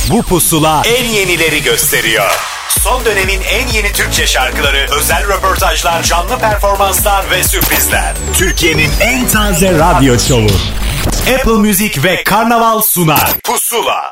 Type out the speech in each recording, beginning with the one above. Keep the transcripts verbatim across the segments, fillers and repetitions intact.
Bu pusula en yenileri gösteriyor. Son dönemin en yeni Türkçe şarkıları, özel röportajlar, canlı performanslar ve sürprizler. Türkiye'nin en taze radyo şovu. Apple Music ve Karnaval sunar. Pusula.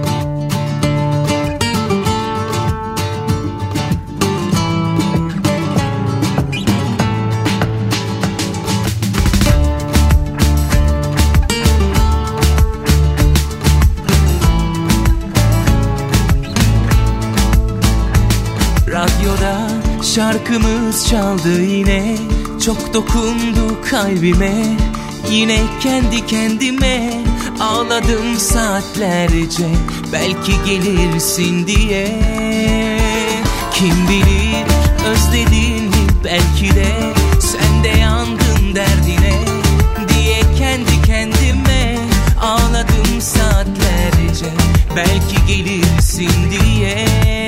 Radyoda şarkımız çaldı yine, çok dokundu kalbime. Yine kendi kendime ağladım saatlerce, belki gelirsin diye. Kim bilir özledin mi, belki de sen de yandın derdine diye kendi kendime ağladım saatlerce, belki gelirsin diye.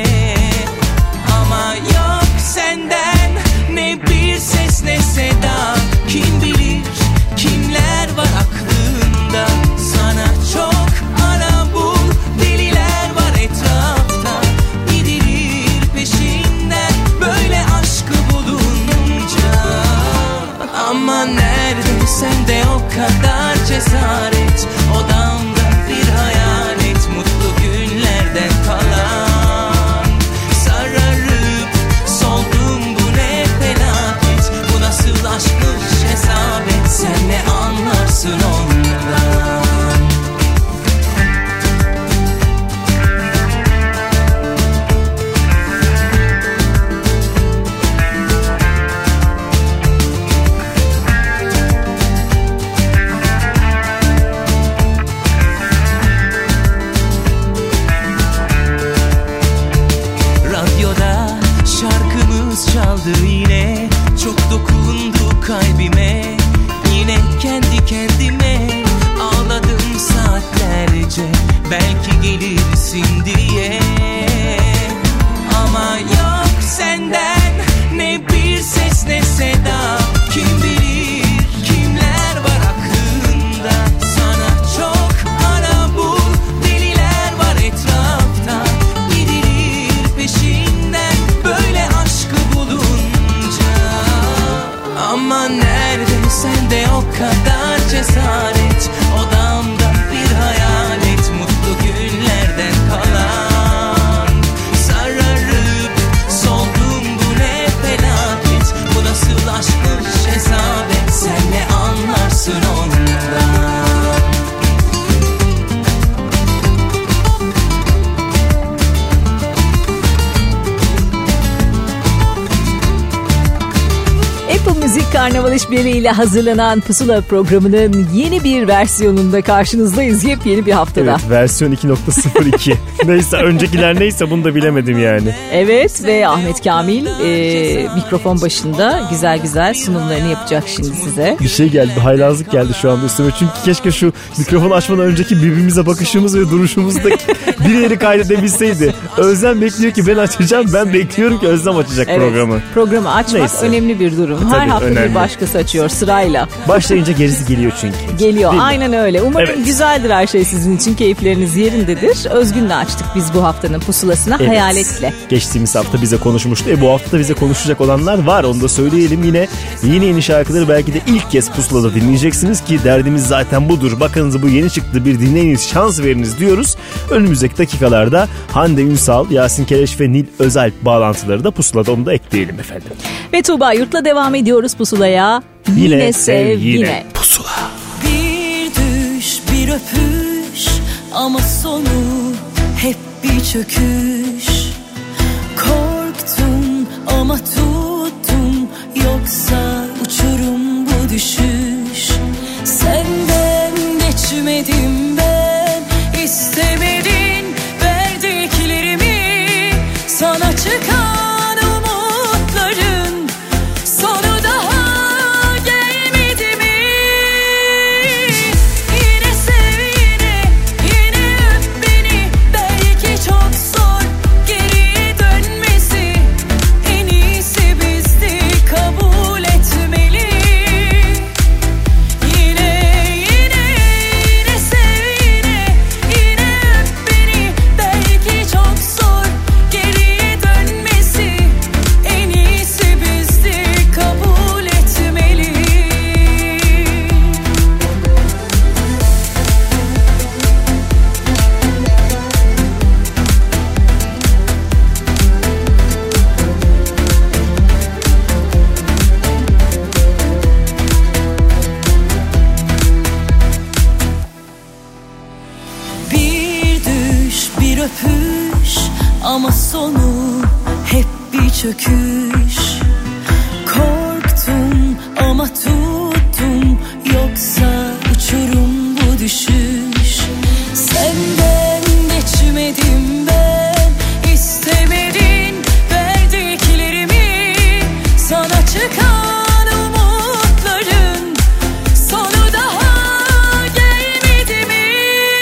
Ama yok senden ne bir ses ne seda, kim bilir kimler var aklında. Sana çok ara bul, deliler var etrafta, gidilir peşinden böyle aşkı bulunca. Ama nerede sende o kadar cesaret, odamda bir hayalet, mutlu günlerden kalan. Aşkmış hesabet, sen ne anlarsın ondan. Radyoda şarkımız çaldı yine, çok dokundu kalbime. Yine kendi kendime ağladım saatlerce, belki gelirsin diye. Ama yok senden ne bir ses ne seda, kim bilir kimler var aklında. Sana çok ara bul, deliler var etrafta, gidilir peşinden böyle aşkı bulunca. Ama nerede sende o kadar cesaret, odamda bir hayalet, mutlu günlerden kalan. Sararıp soldum, bu ne felaket, bu nasıl aşkmış hesabet, sen ne anlarsın ondan. Apple Müzik Karnaval İşbirliği ile hazırlanan Pusula programının yeni bir versiyonunda karşınızdayız. Yepyeni bir haftada. Evet, versiyon iki nokta sıfır iki. Neyse, öncekiler neyse bunu da bilemedim yani. Evet, ve Ahmet Kamil e, mikrofon başında güzel güzel sunumlarını yapacak şimdi size. Bir şey geldi, bir haylazlık geldi şu anda üstüme. Çünkü keşke şu mikrofonu açmadan önceki birbirimize bakışımız ve duruşumuzda birileri kaydedebilseydi. Özlem bekliyor ki ben açacağım, ben bekliyorum ki Özlem açacak evet, programı. Programı açmak neyse, önemli bir durum. Her Tabii, hafta önemli. Bir başkası açıyor sırayla. Başlayınca gerisi geliyor çünkü. Geliyor, aynen öyle. Umarım evet, güzeldir her şey sizin için, keyifleriniz yerindedir. Özgün'le açtık biz bu haftanın pusulasına evet, hayaletle. Geçtiğimiz hafta bize konuşmuştu. E bu hafta da bize konuşacak olanlar var, onu da söyleyelim yine. Yeni yeni şarkıları belki de ilk kez pusulada dinleyeceksiniz ki derdimiz zaten budur. Bakınız bu yeni çıktı, bir dinleyiniz, şans veriniz diyoruz. Önümüzdeki dakikalarda Hande Ünsal, Yasin Keleş ve Nil Özel bağlantıları da pusulada, onu da ekleyelim efendim. Ve Tuğba Yurt'la devam ediyoruz pusulaya. Yine, yine sev yine. yine. Pusula. Bir düş bir öpüş ama sonu hep bir çöküş. Korktum ama tuttum, yoksa uçurum bu düşüş. Senden geçmedim ben, istemedin verdiklerimi. Sana çıkan umutların sonu daha gelmedi mi? Yine sev yine, yine öp beni. Belki çok zor geriye dönmesi, en iyisi bizdi, kabul etmeli. Yine yine yine sev bir öpüş ama sonu hep bir çöküş. Korktum ama tuttum, yoksa uçurum bu düşüş. Senden geçmedim ben, istemedin verdiklerimi. Sana çıkan umutların sonu daha gelmedi mi?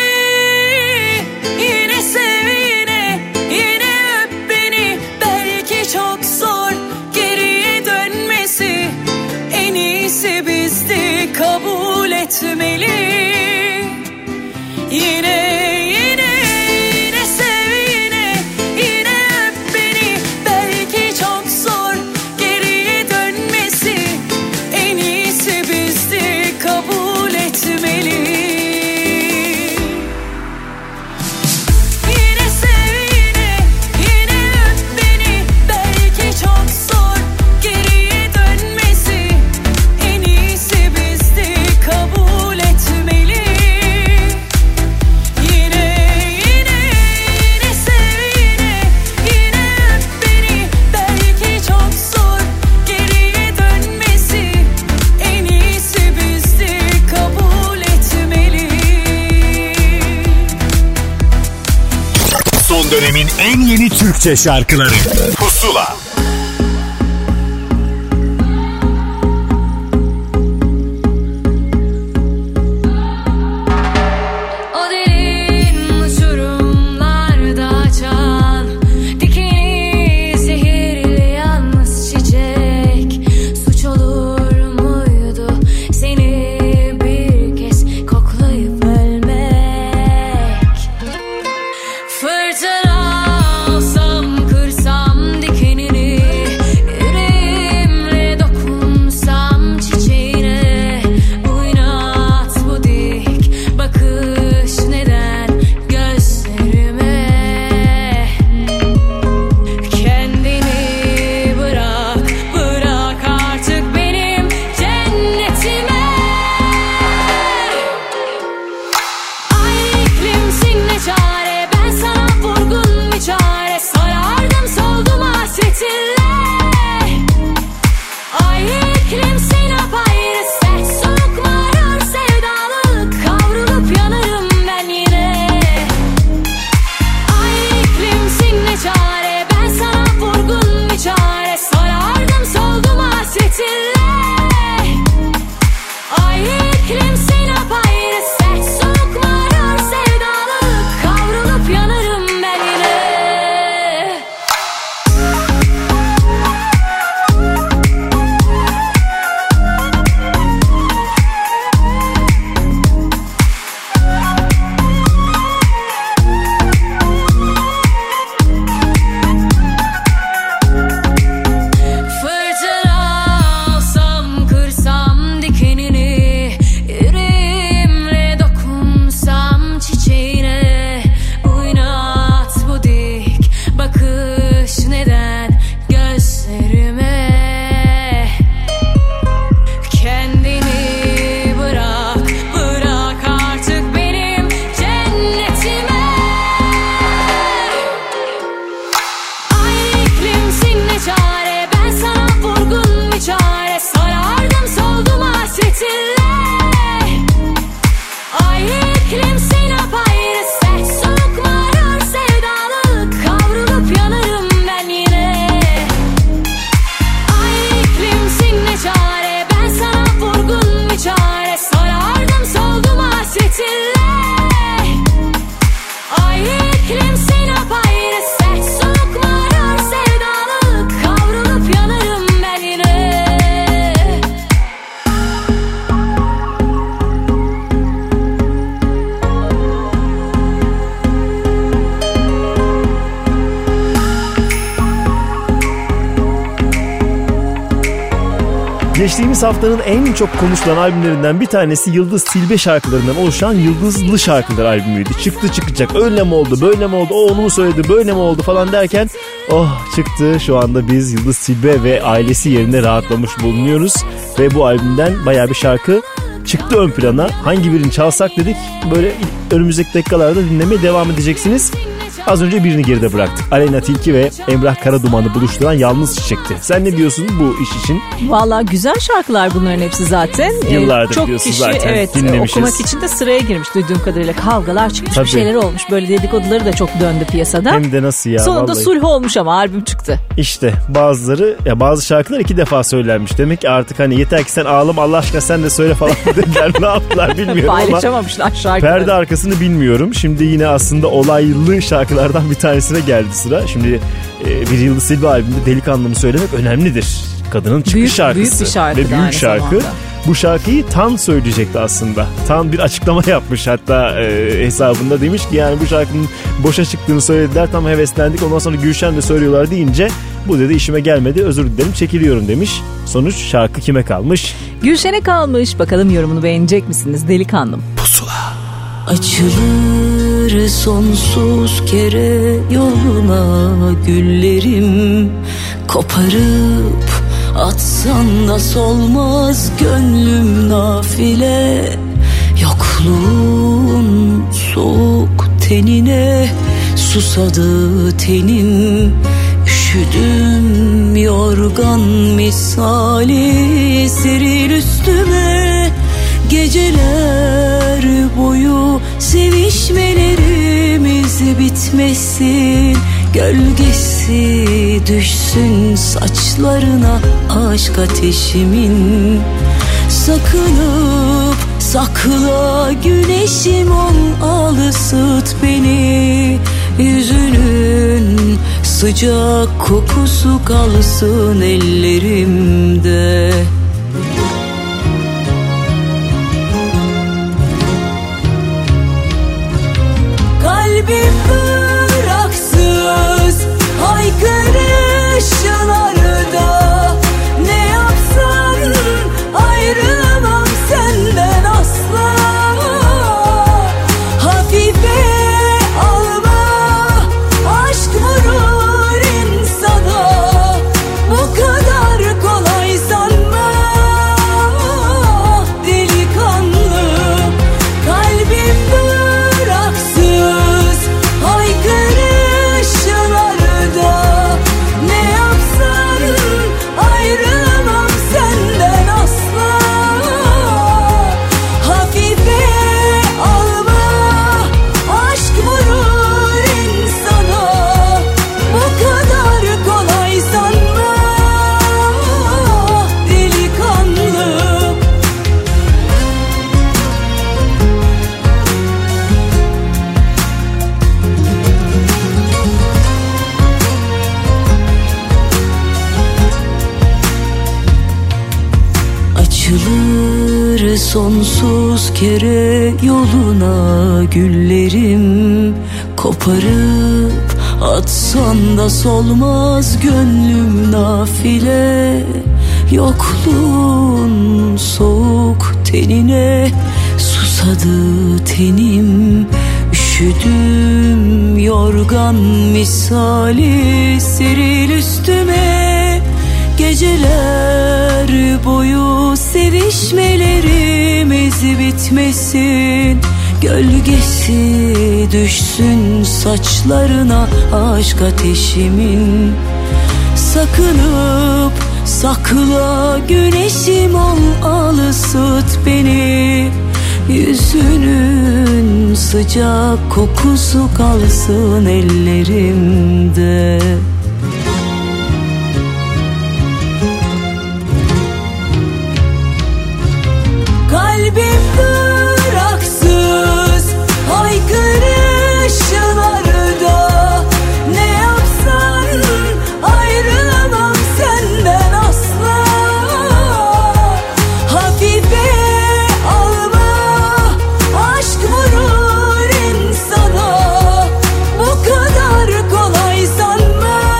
Yine sev yine, yine öp beni. Belki çok zor geriye dönmesi. En iyisi bizde kabul etmeli. Yine dönemin en yeni Türkçe şarkıları Pusula. Geçtiğimiz haftanın en çok konuşulan albümlerinden bir tanesi Yıldız Tilbe şarkılarından oluşan Yıldızlı Şarkılar albümüydü. Çıktı çıkacak, öyle mi oldu, böyle mi oldu, o onu mu söyledi, böyle mi oldu falan derken oh çıktı. Şu anda biz Yıldız Tilbe ve ailesi yerine rahatlamış bulunuyoruz. Ve bu albümden bayağı bir şarkı çıktı ön plana. Hangi birini çalsak dedik, böyle önümüzdeki dakikalarda dinlemeye devam edeceksiniz. Az önce birini geride bıraktık. Aleyna Tilki ve Emrah Karaduman'ı buluşturan Yalnız Çiçek'ti. Sen ne diyorsun bu iş için? Valla güzel şarkılar bunların hepsi zaten. Yıllardır ee, çok diyorsun kişi, zaten. Evet, dinlemişiz. okumak için de sıraya girmiş duyduğum kadarıyla. Kavgalar çıkmış, Tabii. bir şeyler olmuş. Böyle dedikoduları da çok döndü piyasada. Hem de nasıl ya, sonunda vallahi. sulh olmuş ama albüm çıktı. İşte bazıları, ya bazı şarkılar iki defa söylenmiş. Demek ki artık hani yeter ki sen ağlama, Allah aşkına sen de söyle falan dediler. Ne yaptılar bilmiyorum ama paylaşamamışlar şarkıları. perde arkasını bilmiyorum. Şimdi yine aslında olaylı şarkılardan bir tanesine geldi sıra. Şimdi e, bir Yıldız Silbe albümünde Delikanlımı söylemek önemlidir. Kadının çıkış büyük, şarkısı. büyük bir şarkı ve büyük şarkı. zamanda. Bu şarkıyı Tan söyleyecekti aslında. Tan bir açıklama yapmış hatta e, hesabında, demiş ki yani bu şarkının boşa çıktığını söylediler, tam heveslendik, ondan sonra Gülşen de söylüyorlar deyince bu dedi işime gelmedi, özür dilerim, çekiliyorum demiş. Sonuç şarkı kime kalmış? Gülşen'e kalmış. Bakalım yorumunu beğenecek misiniz? Delikanlım. Pusula. Açılır sonsuz kere yoluna güllerim, koparıp atsan da solmaz gönlüm nafile. Yokluğun soğuk tenine susadı tenim, üşüdüm yorgan misali seril üstüme. Geceler boyu sevişmelerimiz bitmesin, gölgesi düşsün saçlarına aşk ateşimin. Sakınıp sakla güneşim ol, al ısıt beni. Yüzünün sıcak kokusu kalsın ellerimde. Kalbim bıraksız haykırışlarda, ne yapsan ayrılamam senden asla. Hafife alma, aşk vurur insana, bu kadar kolay sanma. Delikanlı kalbim bıraksız haykırışlarda, ne yapsan ayrılamam senden asla. Hafife alma, aşk vurur insana, bu kadar kolay sanma. Delikanlı. Açılır sonsuz kere yoluna güllerim, koparıp atsan da solmaz gönlüm nafile. Yokluğun soğuk tenine susadı tenim, üşüdüm yorgan misali seril üstüme. Geceler boyu sevişmelerimiz bitmesin, gölgesi düşsün saçlarına aşk ateşimin. Sakınıp sakla güneşim ol, al ısıt beni. Yüzünün sıcak kokusu kalsın ellerimde. Kalbim bıraksız haykırışlarda, ne yapsan ayrılamam senden asla. Hafife alma, aşk vurur insana, bu kadar kolay sanma.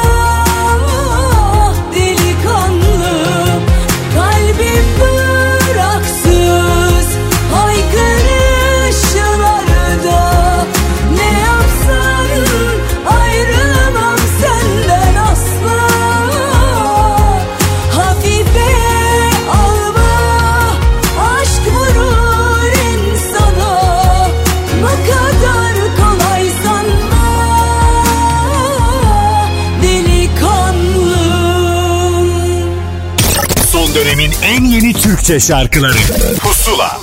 Türkçe şarkıları Pusula.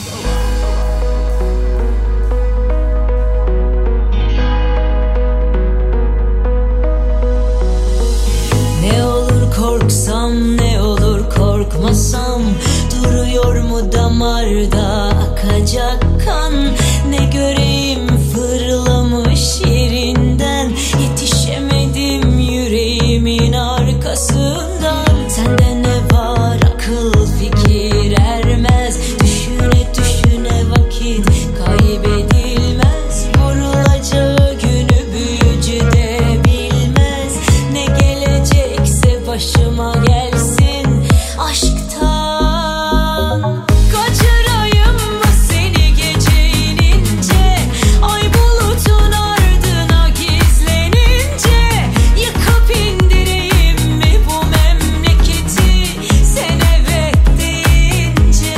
Ne olur korksam, ne olur korkmasam, duruyor mu damarda akacak kan? Ne göreyim fırlamış yerinden, yetişemedim yüreğimin arkasından. Sende ne var akıl fikir ermez, düşüne düşüne vakit kaybedilmez. Vurulacağı günü büyücü de bilmez, ne gelecekse başıma gelsin aşktan. Kaçırayım mı seni gece inince, ay bulutun ardına gizlenince, yıkıp indireyim mi bu memleketi sen evet deyince.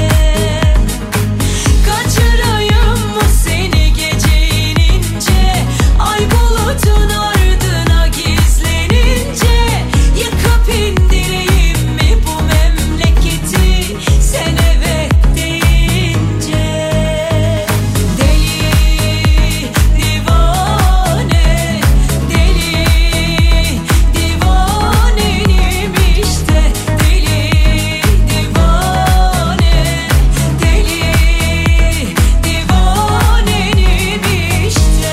Kaçırayım mı seni gece inince, ay bulutun ardına gizlenince, yıkıp indireyim mi bu memleketi sen evet deyince. Deli divane, deli divanenim işte, deli divane, deli divanenim işte.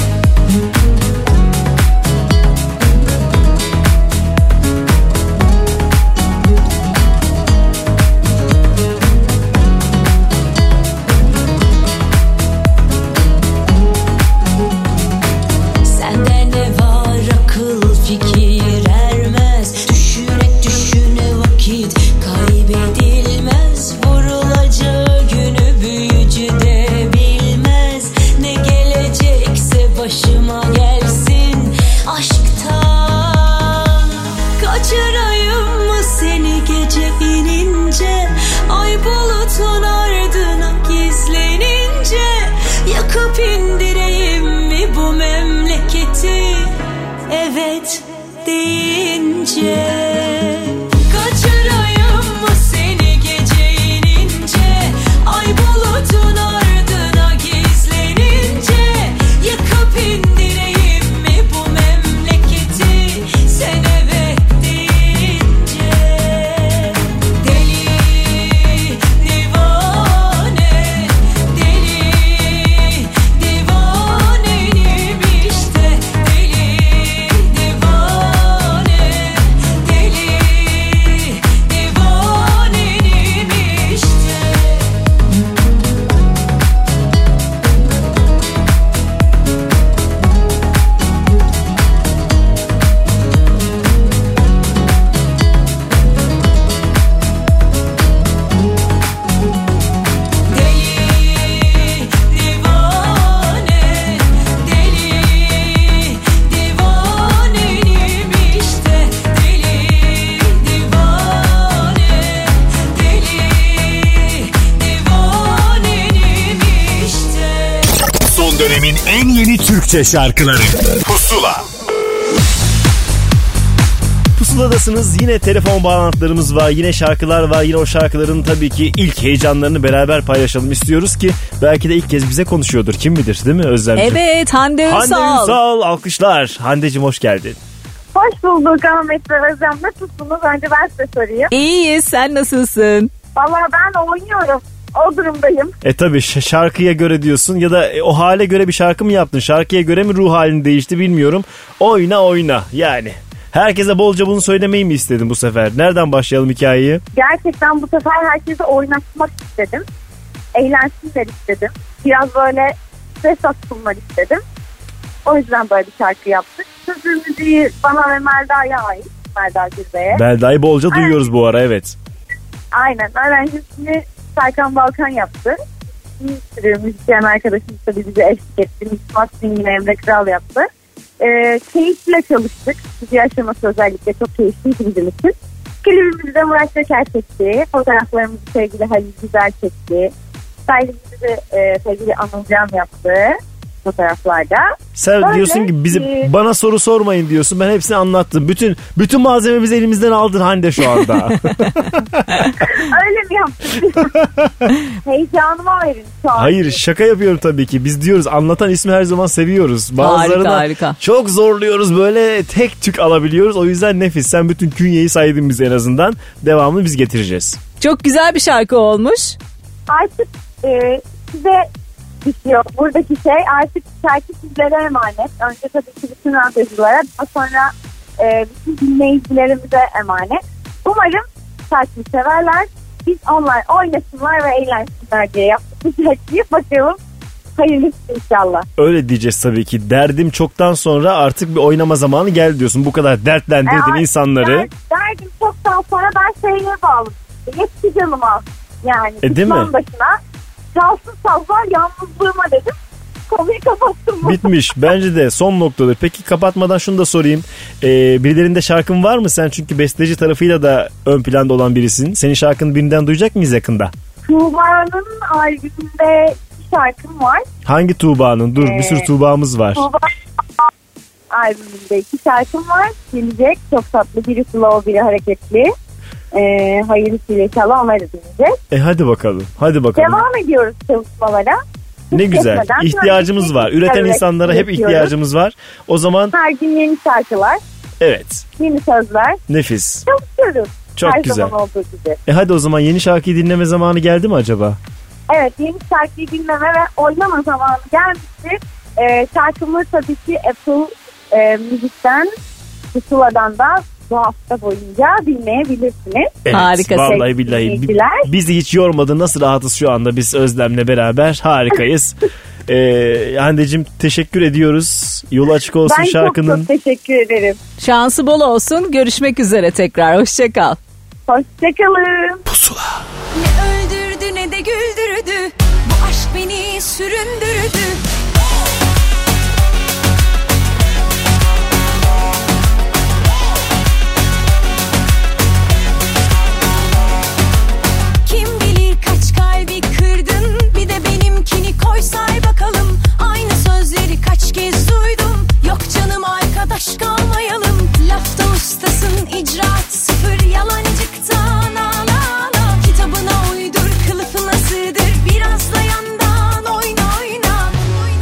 Sende ne var akıl fikir ermez, düşüne düşüne vakit kaybedilmez. Vurulacağı günü büyücü de bilmez, ne gelecekse başıma gelsin aşktan. Kaçırayım mı seni gece inince, ay bulutun ardına gizlenince, yakıp indireyim mi bu memleketi evet deyince. Kaçırayım mı seni gece inince, ay bulutun ardına gizlenince, yakıp indireyim mi bu memleketi sen evet deyince. Deli divane, deli divanenim işte, deli divane, deli divanenim işte. Deli divane, deli divanenim işte, deli divane, deli divanenim işte. Son dönemin en yeni Türkçe şarkıları Pusula. Pusuladasınız. Yine telefon bağlantılarımız var. Yine şarkılar var. Yine o şarkıların tabii ki ilk heyecanlarını beraber paylaşalım istiyoruz ki belki de ilk kez bize konuşuyordur. Kim bilir, değil mi Özlemciğim? Evet, Hande Ünsal. Hande Ünsal, alkışlar. Hande'cim hoş geldin. Hoş bulduk Ahmet ve Özlem. Nasılsınız? Önce ben size sorayım. İyiyiz, sen nasılsın? Vallahi ben oynuyorum. O durumdayım. E tabii ş- şarkıya göre diyorsun ya da e, o hale göre bir şarkı mı yaptın? Şarkıya göre mi ruh halin değişti bilmiyorum. Oyna oyna yani. Herkese bolca bunu söylemeyi mi istedin bu sefer? Nereden başlayalım hikayeyi? Gerçekten bu sefer herkese oynatmak istedim. Eğlensinler istedim. Biraz böyle stres atsınlar istedim. O yüzden böyle bir şarkı yaptık. Sözü müziği bana ve Melda'ya ait. Melda Gülbe'ye. Melda'yı bolca duyuyoruz bu ara, evet. Aynen. Öğrencisini Serkan Balkan yaptı. Bir sürü müzisyen arkadaşımız tabii bize eşlik etti. Mismat Singin Emre Kral yaptı. Ee, keyifle çalıştık. Bizi aşaması özellikle çok keyifliydi bizim için. Klibimizi de Murat Şeker çekti. Fotoğraflarımızı sevgili Halil Güzel çekti. Stylimizi de e, sevgili Anılcan yaptı. fotoğraflarda. Sen Böyle, diyorsun ki bizi e, bana soru sormayın diyorsun. Ben hepsini anlattım. Bütün bütün malzememizi elimizden aldın Hande şu anda. Öyle mi yaptın? Heyecanıma verin şu an. Hayır, şaka yapıyorum tabii ki. Biz diyoruz anlatan ismi her zaman seviyoruz. Bazılarına Harika, harika. çok zorluyoruz, böyle tek tük alabiliyoruz. O yüzden nefis. Sen bütün künyeyi saydın bize en azından. Devamını biz getireceğiz. Çok güzel bir şarkı olmuş. Artık e, size düşüyor. Buradaki şey artık şarkı sizlere emanet. Önce tabii ki bütün radyoculara, daha sonra e, bütün dinleyicilerimize emanet. Umarım şarkıyı severler. Biz onlar oynasınlar ve eğlensinler diye yaptık bu şarkıyı. Bakalım hayırlısı inşallah. Öyle diyeceğiz tabii ki. Derdim çoktan sonra artık bir oynama zamanı geldi diyorsun. Bu kadar dertlendirdin E, insanları. der- Derdim çoktan sonra ben şeye bağladım. Yetti canıma. Yani E, değil mi? düşman başına. Çalsın sazlar yalnızlığıma dedim. Konuyu kapattım. Bitmiş. Bence de son noktadır. Peki kapatmadan şunu da sorayım. Ee, birilerinde şarkın var mı? Sen çünkü besteci tarafıyla da ön planda olan birisin. Senin şarkını birinden duyacak mıyız yakında? Tuğba'nın albümünde bir şarkım var. Hangi Tuğba'nın? Dur, bir sürü Tuğba'mız var. Tuğba albümünde iki şarkım var. Gelecek. Çok tatlı. Biri slow, biri hareketli. Ee, hayırlısıyla inşallah onları da dinleyeceğiz. E hadi bakalım. Hadi bakalım. Devam ediyoruz çalışmalara. Ne güzel. Kesmeden İhtiyacımız sürekli var. Üreten evet, insanlara hep yapıyoruz. ihtiyacımız var. O zaman Her gün yeni şarkılar, evet. yeni sözler. Nefis. Çalışıyoruz. Çok Her güzel. zaman olduğu gibi. E hadi o zaman yeni şarkıyı dinleme zamanı geldi mi acaba? Evet, yeni şarkıyı dinleme ve oynama zamanı gelmiştir. Ee, şarkımı tabii ki Apple e, Müzik'ten, Pusula'dan da bu hafta boyunca dinleyebilirsiniz. Evet, Harika. vallahi billahi. Dinleyiciler. Bizi hiç yormadı. Nasıl rahatız şu anda biz Özlem'le beraber. Harikayız. ee, Hande'cim teşekkür ediyoruz. Yolu açık olsun Ben şarkının. çok çok teşekkür ederim. Şansı bol olsun. Görüşmek üzere tekrar. Hoşça kal. Hoşçakalın. Ne öldürdü ne de güldürdü. Bu aşk beni süründürdü. Kim bilir kaç kalbi kırdın. Bir de benimkini koy say bakalım. Aynı sözleri kaç kez duydum. Yok canım arkadaş kalmayalım. Lafta ustasın, icraat sıfır, yalancıktan ağla ağla. Kitabına uydur, kılıfına sığdır, biraz da yandan oyna oyna.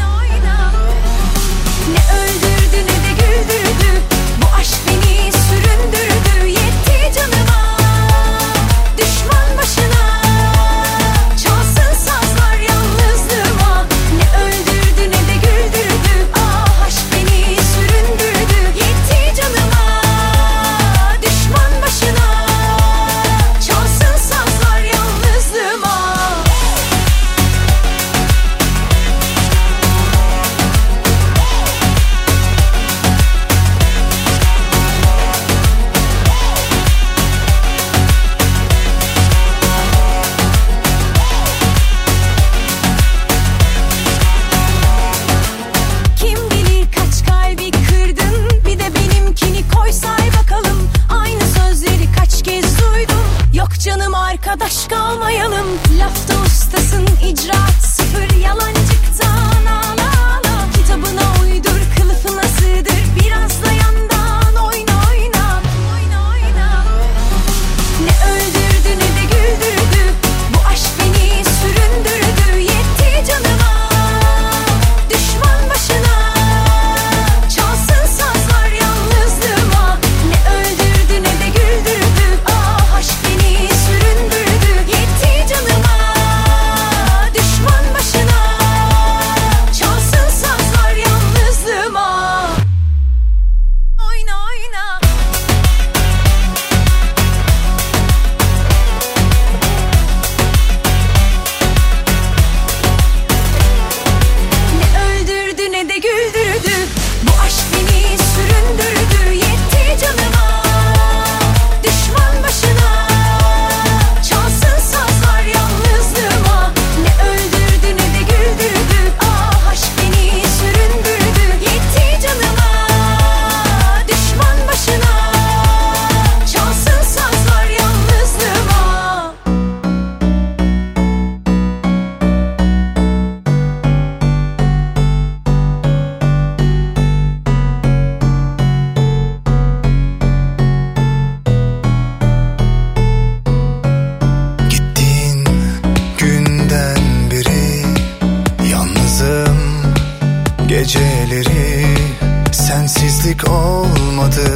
geçtik olmadı.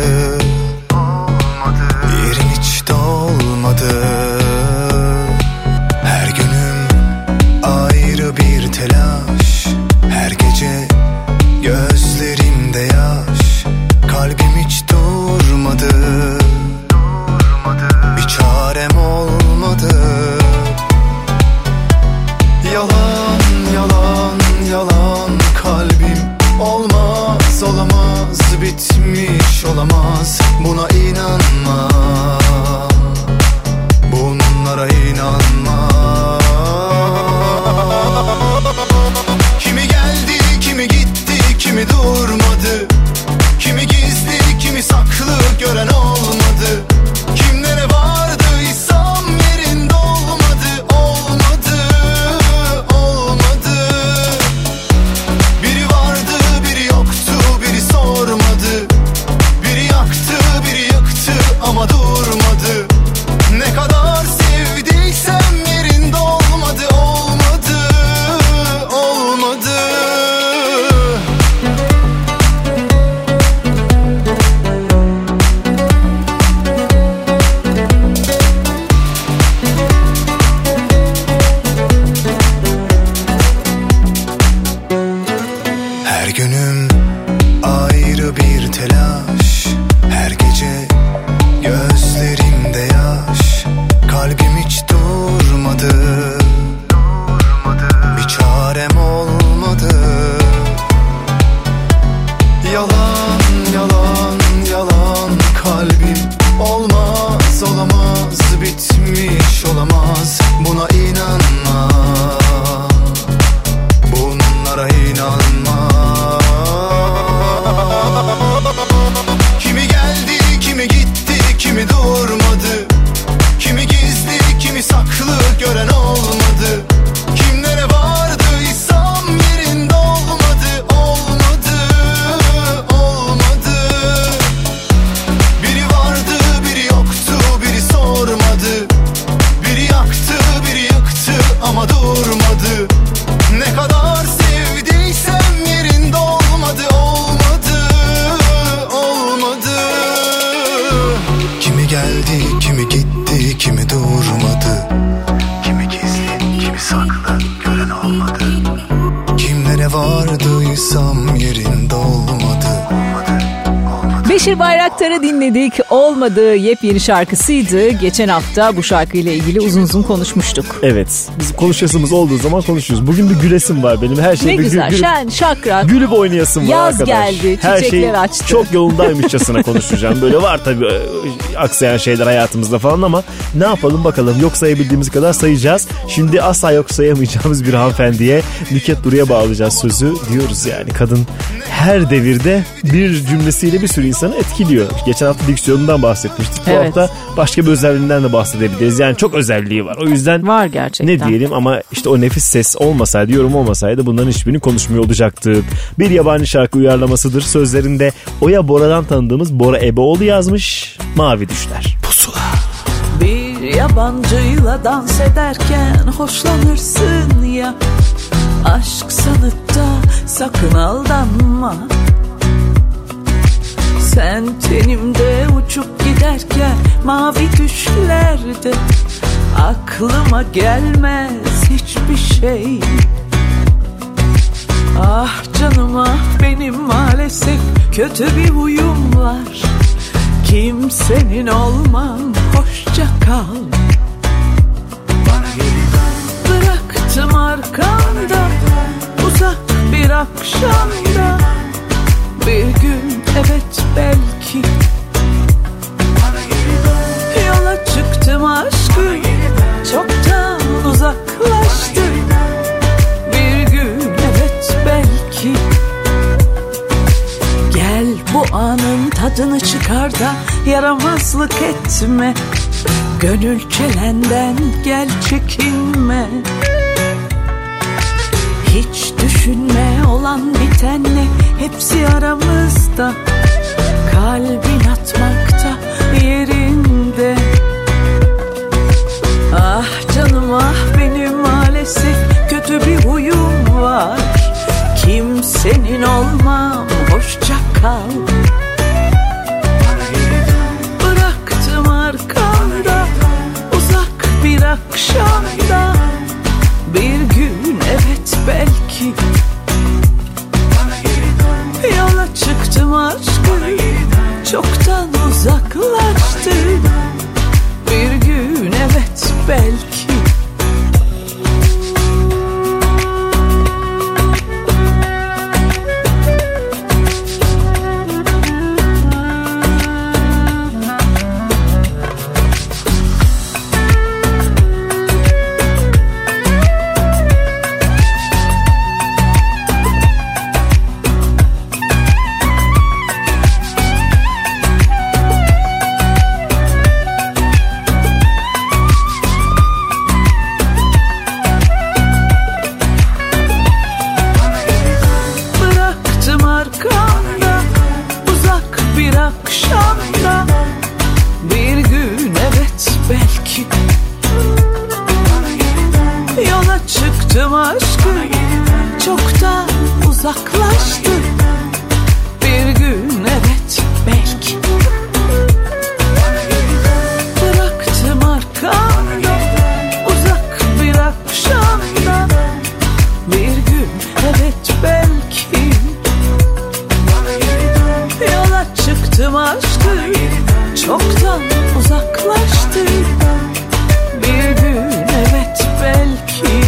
Yerin hiç dolmadı. Her günüm ayrı bir telaş. Her gece gözlerimde yaş. Kalbim hiç durmadı. Bir çarem olmadı. Yalan, yalan, yalan kalbim. Olmaz, olamaz, bitmiş olamaz. Buna inanma, bunlara inanma. Kimi geldi, kimi gitti, kimi durmadı. Kimi gizli, kimi saklı gören olmadı. Kimlere vardıysam yerinde olmadı. Olmadı, olmadı. Biri vardı, biri yoktu, biri sormadı. Biri yaktı, biri yıktı ama durmadı. Ne kadar sevdiysem yerinde olmadı. Olmadı, olmadı. Her günüm ayrı bir telaş. Her gece gözlerimde yaş. Kalbim hiç durmadı. Bir çarem olmadı. Yalan, yalan, yalan kalbim. Olmaz, olamaz, bitmiş olamaz. Buna inanma, bunlara inanma. Kimi geldi, kimi gitti, kimi durmadı. Kimi gizli, kimi saklı gören olmadı. Kimlere vardıysam yerinde olmadı. Olmadı, olmadı. Biri vardı, biri yoktu, biri sormadı. Biri yaktı, biri yıktı ama durmadı. Ne kadar sevdiysem yerinde olmadı. Olmadı, olmadı. Kimi geldi, kimi gitti, kimi durmadı. Kimi gizli, kimi saklı gören olmadı. Kimlere vardıysam yerinde olmadı. Olmadı, olmadı. Beşir Bayraktar'ı dinledik. Olmadı yepyeni şarkısıydı. Geçen hafta bu şarkıyla ilgili uzun uzun konuşmuştuk. Evet. Biz konuşasımız olduğu zaman konuşuyoruz. Bugün bir gülesim var benim. Her şey Ne bir güzel. gül, Şen, şakrak. gülüp oynayasım var Yaz arkadaş. geldi, Her çiçekler şey açtı. çok yolundaymışçasına konuşacağım. Böyle var tabii aksayan şeyler hayatımızda falan ama ne yapalım bakalım. Yok sayabildiğimiz kadar sayacağız. Şimdi asla yok sayamayacağımız bir hanımefendiye Nükhet Duru'ya bağlayacağız sözü diyoruz yani. Kadın her devirde bir cümlesiyle bir sürü insanı etkiliyor. Geçen hafta diksiyonundan bahsetmiştik. Bu Evet. hafta başka bir özelliğinden de bahsedebiliriz. Yani çok özelliği var. O yüzden Var gerçekten. ne diyelim ama işte o nefis ses olmasaydı, yorum olmasaydı bunların hiçbirini konuşmuyor olacaktık. Bir yabancı şarkı uyarlamasıdır. Sözlerinde Oya Bora'dan tanıdığımız Bora Eboğlu yazmış. Mavi Düşler. Pusula. Bir yabancıyla dans ederken hoşlanırsın ya. Aşk sanıp da sakın aldanma. Sen tenimde uçup giderken mavi düşlerde aklıma gelmez hiçbir şey. Ah canım ah benim maalesef kötü bir huyum var. Kimsenin olmam, hoşça kal. Bıraktım arkamda uzak bir akşamda. Bir gün evet belki yola çıktım, aşkım çoktan uzaklaştı. Bir gün evet belki gel bu anın tadını çıkar da yaramazlık etme. Gönül çelenden gel çekinme. Hiç düşünme olan bitenle hepsi aramızda. Kalbin atmakta yerinde. Ah canım ah benim maalesef kötü bir huyum var. Kimsenin olmam, hoşça kal. akşamda bir gün, evet belki. Yola çıktım aşkım, çoktan uzaklaştı bir gün, evet belki. Bıraktım arkamda uzak bir akşamda bir gün, evet belki. Yola çıktım aşkım, çoktan uzaklaştı bir gün, evet belki.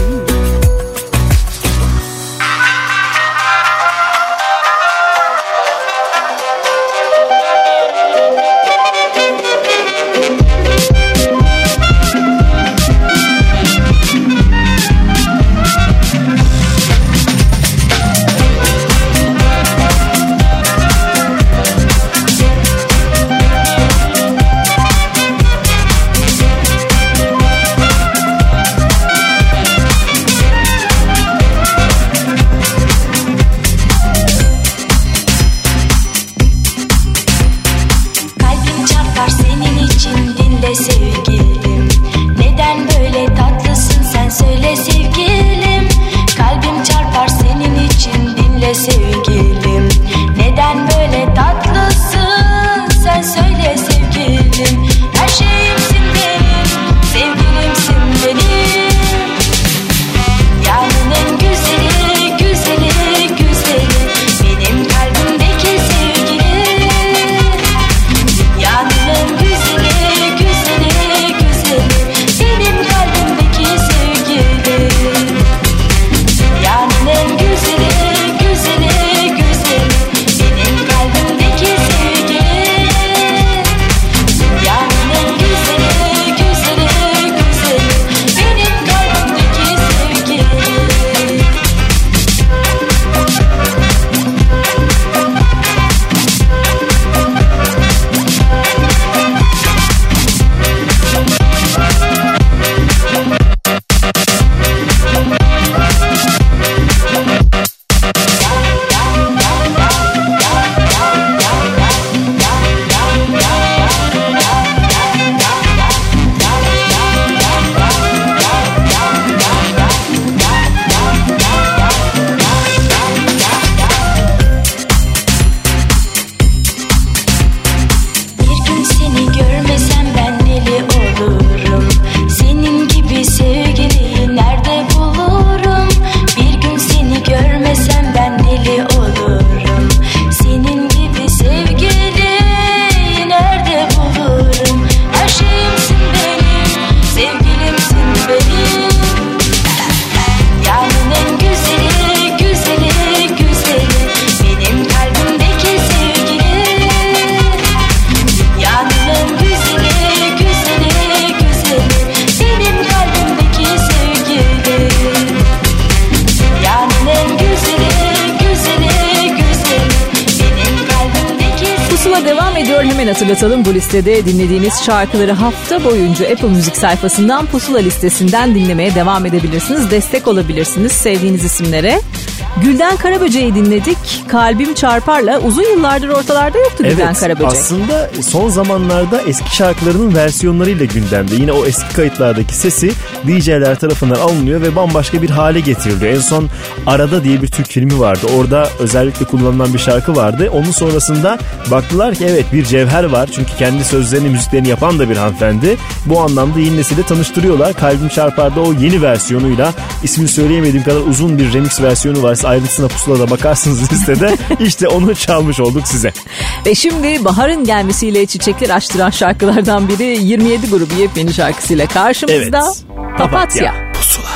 Hatırlatalım, bu listede dinlediğiniz şarkıları hafta boyunca Apple Müzik sayfasından Pusula listesinden dinlemeye devam edebilirsiniz. Destek olabilirsiniz sevdiğiniz isimlere. Gülden Karaböcek'i dinledik. Kalbim Çarpar'la uzun yıllardır ortalarda yoktu Gülden evet, Karaböcek. Aslında son zamanlarda eski şarkılarının versiyonlarıyla gündemde. Yine o eski kayıtlardaki sesi D J'ler tarafından alınıyor ve bambaşka bir hale getiriliyor. En son Arada diye bir Türk filmi vardı. Orada özellikle kullanılan bir şarkı vardı. Onun sonrasında baktılar ki evet, bir cevher var. Çünkü kendi sözlerini, müziklerini yapan da bir hanımefendi. Bu anlamda yeni nesile tanıştırıyorlar. Kalbim Çarpar'da o yeni versiyonuyla, ismini söyleyemediğim kadar uzun bir remix versiyonu var. Ayrıntısına Pusula'da bakarsınız listede. İşte onu çalmış olduk size. Ve şimdi baharın gelmesiyle çiçekler açtıran şarkılardan biri yirmi yedi grubu yepyeni şarkısıyla karşımızda. Evet. Papatya. Papatya. Pusula.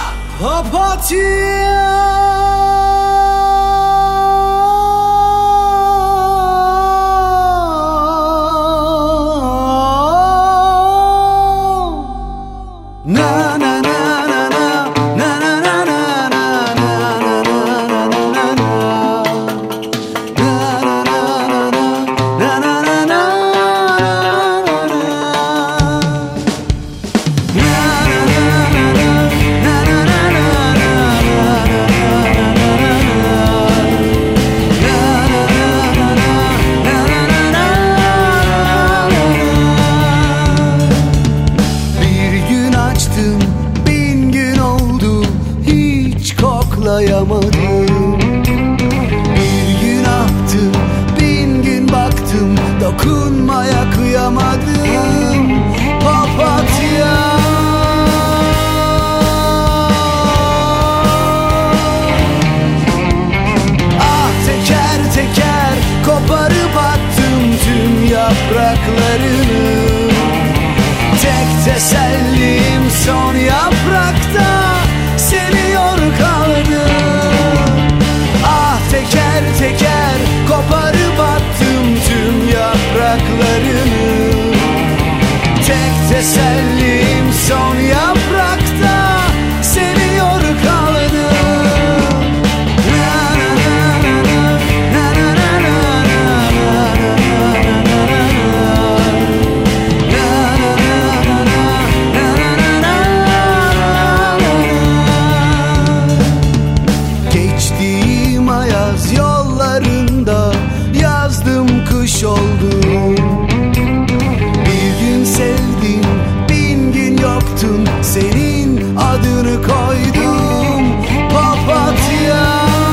Papatya. Na na na. dokunmaya kıyamadım papatya. Ah teker teker koparıp attım tüm yapraklarını. Tek tesellim son yaprakta seniyor kaldım. Ah teker teker koparıp attım tüm yapraklarını. Tek tesellim son yaprakta seniyor kaldım. Geçtiğim ayaz yollarında yazdım kış oldum. Bir gün sevdim, bin gün yoktun, senin adını koydum papatya.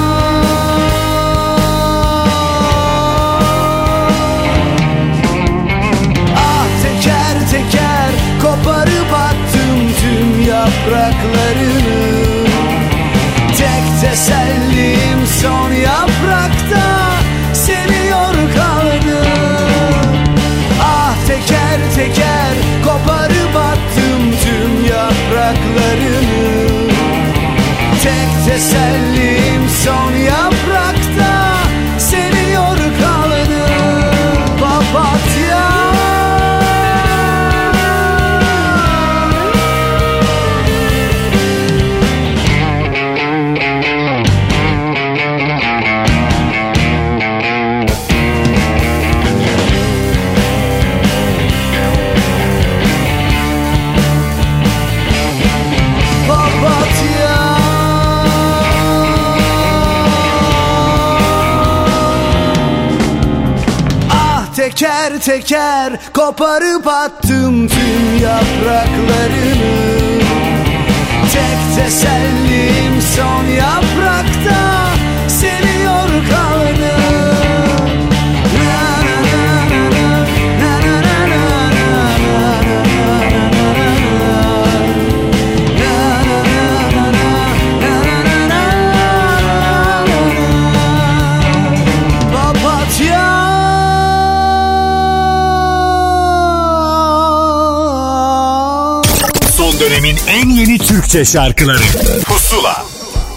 Ah teker teker koparıp attım tüm yapraklarını. Tek tesellim son yaprakta seniyor kaldım. Ah teker teker koparıp attım tüm yapraklarını. Tek tesellim son yaprakta seniyor kaldım papatya. Teker teker koparıp attım tüm yapraklarını. Tek tesellim son yaprakta seniyor kaldım. Dönemin en yeni Türkçe şarkıları Pusula.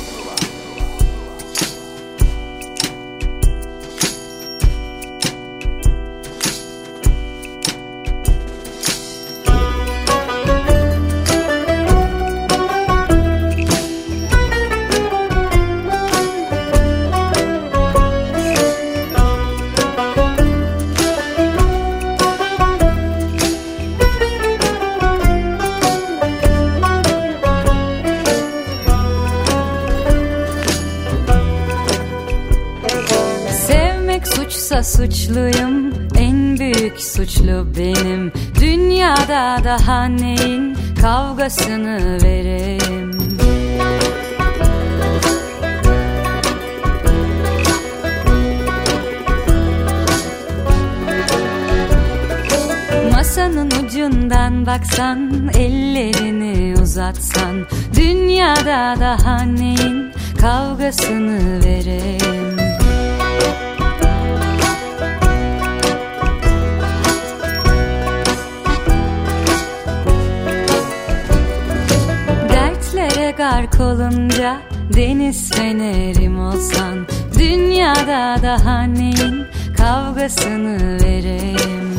Suçluyum, en büyük suçlu benim. Dünyada daha neyin kavgasını vereyim? Masanın ucundan baksan, ellerini uzatsan, dünyada daha neyin kavgasını vereyim? Gark olunca deniz fenerim olsan, dünyada daha neyin kavgasını vereyim?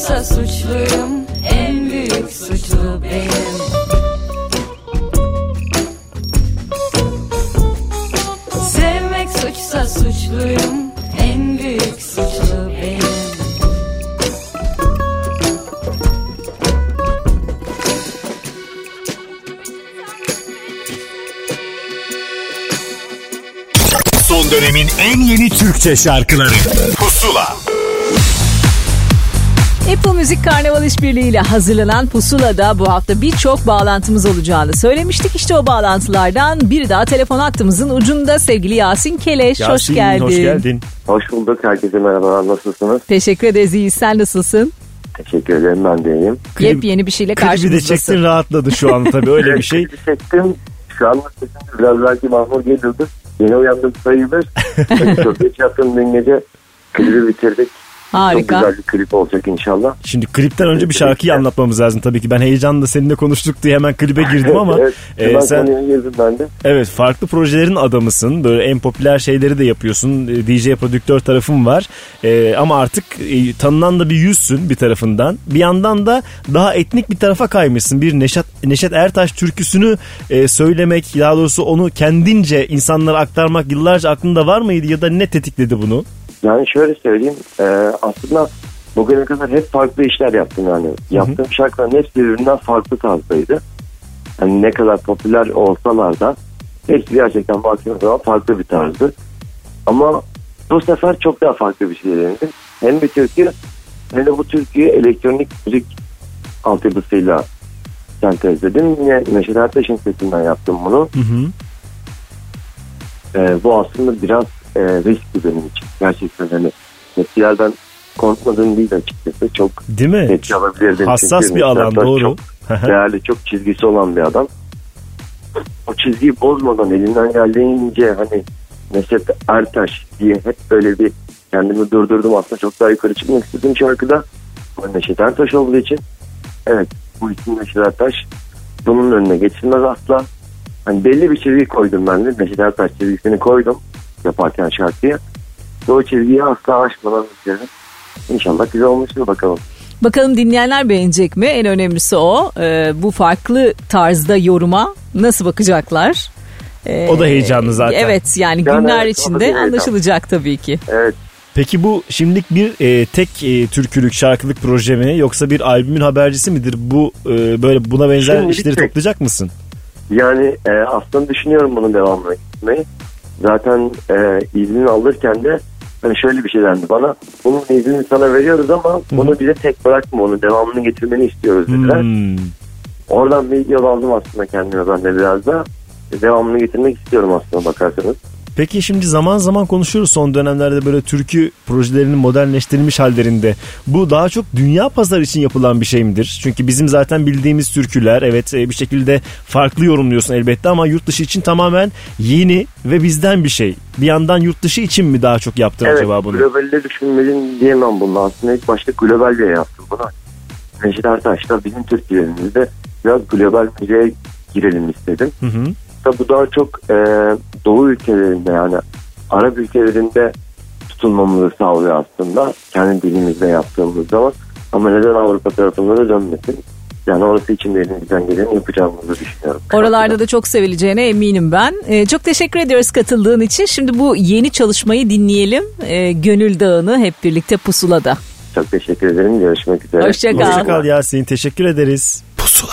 suçsa suçluyum, en büyük suçlu benim. Sevmek suçsa suçluyum, en büyük suçlu benim. Son dönemin en yeni Türkçe şarkıları Pusula. Apple Müzik Karnaval İşbirliği ile hazırlanan Pusula'da bu hafta birçok bağlantımız olacağını söylemiştik. İşte o bağlantılardan biri daha telefon hattımızın ucunda sevgili Yasin Keleş. Yasin, hoş geldin. hoş geldin. Hoş bulduk. Herkese merhabalar. Nasılsınız? Teşekkür ederiz. İyiyiz. Sen nasılsın? Teşekkür ederim. Ben de iyiyim. Yepyeni bir şeyle karşımızdasın. Klibi de çektin, rahatladı şu an tabii, öyle bir şey. Klibi çektim. Şu an sesim biraz belki mahmur geliyordu. Yeni uyandım sayılır. Çok geç yattım dün gece. Klibi bitirdik. Harika. Çok güzel bir klip olacak inşallah. Şimdi klipten önce bir şarkıyı anlatmamız lazım tabii ki. Ben heyecanla seninle konuştuk diye hemen klibe girdim ama evet, e, sen girdim ben de. Evet, farklı projelerin adamısın. Böyle en popüler şeyleri de yapıyorsun. D J prodüktör tarafın var. E, ama artık e, tanınan da bir yüzsün bir tarafından. Bir yandan da daha etnik bir tarafa kaymışsın. Bir Neşet Neşet Ertaş türküsünü e, söylemek, daha doğrusu onu kendince insanlara aktarmak yıllarca aklında var mıydı ya da ne tetikledi bunu? Yani şöyle söyleyeyim, e, aslında bugüne kadar hep farklı işler yaptım yani. Hı-hı. Yaptığım şarkıların hepsi birbirinden farklı tarzdaydı. Yani ne kadar popüler olsalar da hepsi gerçekten baktığım zaman farklı bir tarzdı. Ama bu sefer çok daha farklı bir şey denedim. Hem bir türkü hem de bu türküyü elektronik müzik altyapısıyla sentezledim. Yine Neşet Ertaş'ın sesinden yaptım bunu. Hı hı. E, bu aslında biraz e, riskli benim için. Gerçekten hani tepkilerden korkmadığım değil açıkçası. Çok değil mi? tepki alabilirdim. Hassas çünkü bir alan, doğru. Çok değerli, çok çizgisi olan bir adam. O çizgiyi bozmadan elinden geldiğince hani Neşet Ertaş diye hep böyle bir kendimi durdurdum. Aslında çok daha yukarı çıkmak istediğim şarkıda Neşet Ertaş olduğu için evet, bu isim Neşet Ertaş bunun önüne geçilmez asla. Hani belli bir çizgi koydum ben de. Neşet Ertaş çizgisini koydum yaparken şarkıya. Ve o çizgiyi asla aşmadan bitirdim. İnşallah güzel olmuştur bakalım. Bakalım dinleyenler beğenecek mi? En önemlisi o. Ee, bu farklı tarzda yoruma nasıl bakacaklar? Ee, o da heyecanlı zaten. Evet, yani, yani günler evet, içinde anlaşılacak tabii ki. Evet. Peki bu şimdilik bir e, tek e, türkülük şarkılık proje mi, yoksa bir albümün habercisi midir? Bu e, böyle buna benzer şimdilik işleri tek. Toplayacak mısın? Yani e, aslında düşünüyorum bunun devamına gitmeyi. Zaten e, iznini alırken de hani şöyle bir şey dendi bana. Bunun iznini sana veriyoruz ama Hı-hı. bunu bize tek bırakma, onu devamını getirmeni istiyoruz dediler. Hmm. Oradan bir yol aldım aslında kendime ben de biraz da. Devamını getirmek istiyorum aslında bakarsanız. Peki şimdi zaman zaman konuşuyoruz son dönemlerde böyle türkü projelerinin modernleştirilmiş hallerinde. Bu daha çok dünya pazarı için yapılan bir şey midir? Çünkü bizim zaten bildiğimiz türküler evet bir şekilde farklı yorumluyorsun elbette ama yurt dışı için tamamen yeni ve bizden bir şey. Bir yandan yurt dışı için mi daha çok yaptın evet, acaba bunu? Evet, globalde düşünmeliyim diyemem bunu. Aslında ilk başta global diye yaptım bunu. Neşet Ertaş'ta bizim Türkiye'mizde biraz global müziğe girelim istedim. Hı hı. Bu daha çok e, Doğu ülkelerinde yani Arap ülkelerinde tutulmamızı sağlıyor aslında. Kendi dilimizde yaptığımız zaman. Ama neden Avrupa tarafına da dönmesin? Yani orası için de elimizden geleni yapacağımızı düşünüyorum. Oralarda da çok sevileceğine eminim ben. Ee, çok teşekkür ediyoruz katıldığın için. Şimdi bu yeni çalışmayı dinleyelim. Ee, Gönül Dağı'nı hep birlikte Pusula'da. Çok teşekkür ederim. Görüşmek üzere. Hoşça kal. Hoşça kal Yasin. Teşekkür ederiz. Pusula.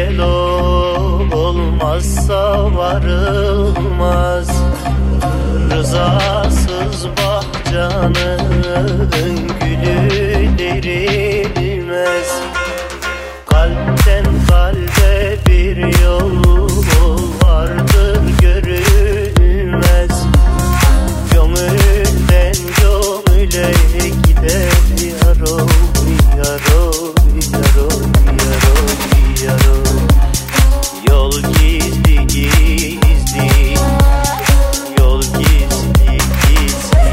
engel olmazsa varılmaz. Rızasız bahçanın gülü derilmez. Kalpten kalbe bir yol vardır görülmez. Gönülden gönüle gider yaro, yaro, yaro, yaro, yaro. Yol gizli gizli, yol gizli gizli.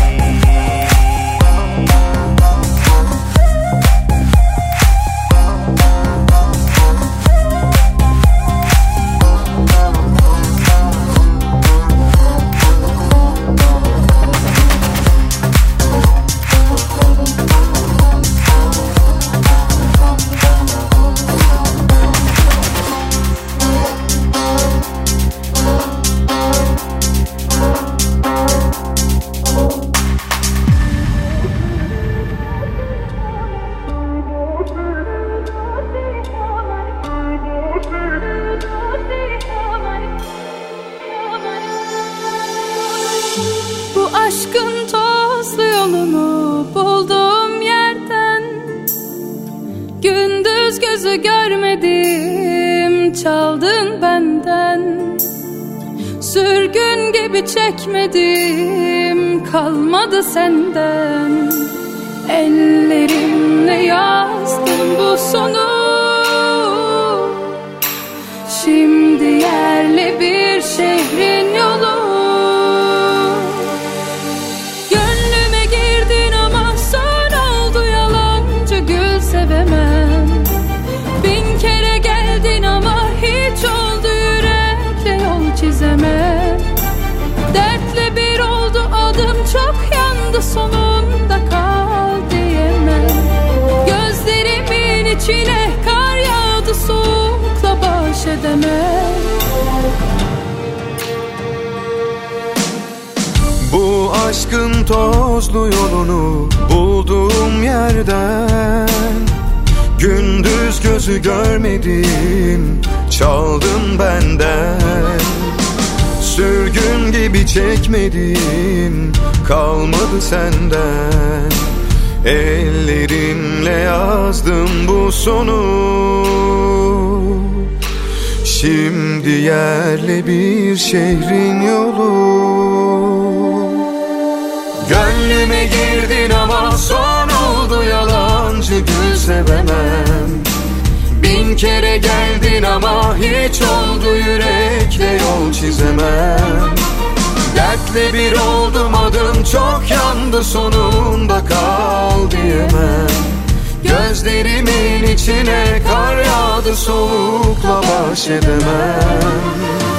Aşkın tozlu yolunu bulduğum yerden, gündüz gözü görmedim, çaldın benden. Sürgün gibi çekmedim, kalmadı senden. Ellerimle yazdım bu sonu, şimdi yerli bir şehrin yolu. Sevemem. Bin kere geldin ama hiç oldu yürekle yol çizemem. Dertle bir oldu adım, çok yandı, sonunda kal diyemem. Gözlerimin içine kar yağdı, soğukla baş edemem. Bu aşkın tozlu yolunu bulduğum yerden, gündüz gözü görmedim, çaldın benden. Sürgün gibi çekmedim, kalmadı senden. Ellerimle yazdım bu sonu, şimdi yerli bir şehrin yolu. Gönlüme girdin ama son oldu, yalancı gül sevemem. Bin kere geldin ama hiç oldu yürekle yol çizemem. Dertle bir oldum adım, çok yandı, sonunda kal diyemem. Gözlerimin içine kar yağdı, soğukla baş edemem.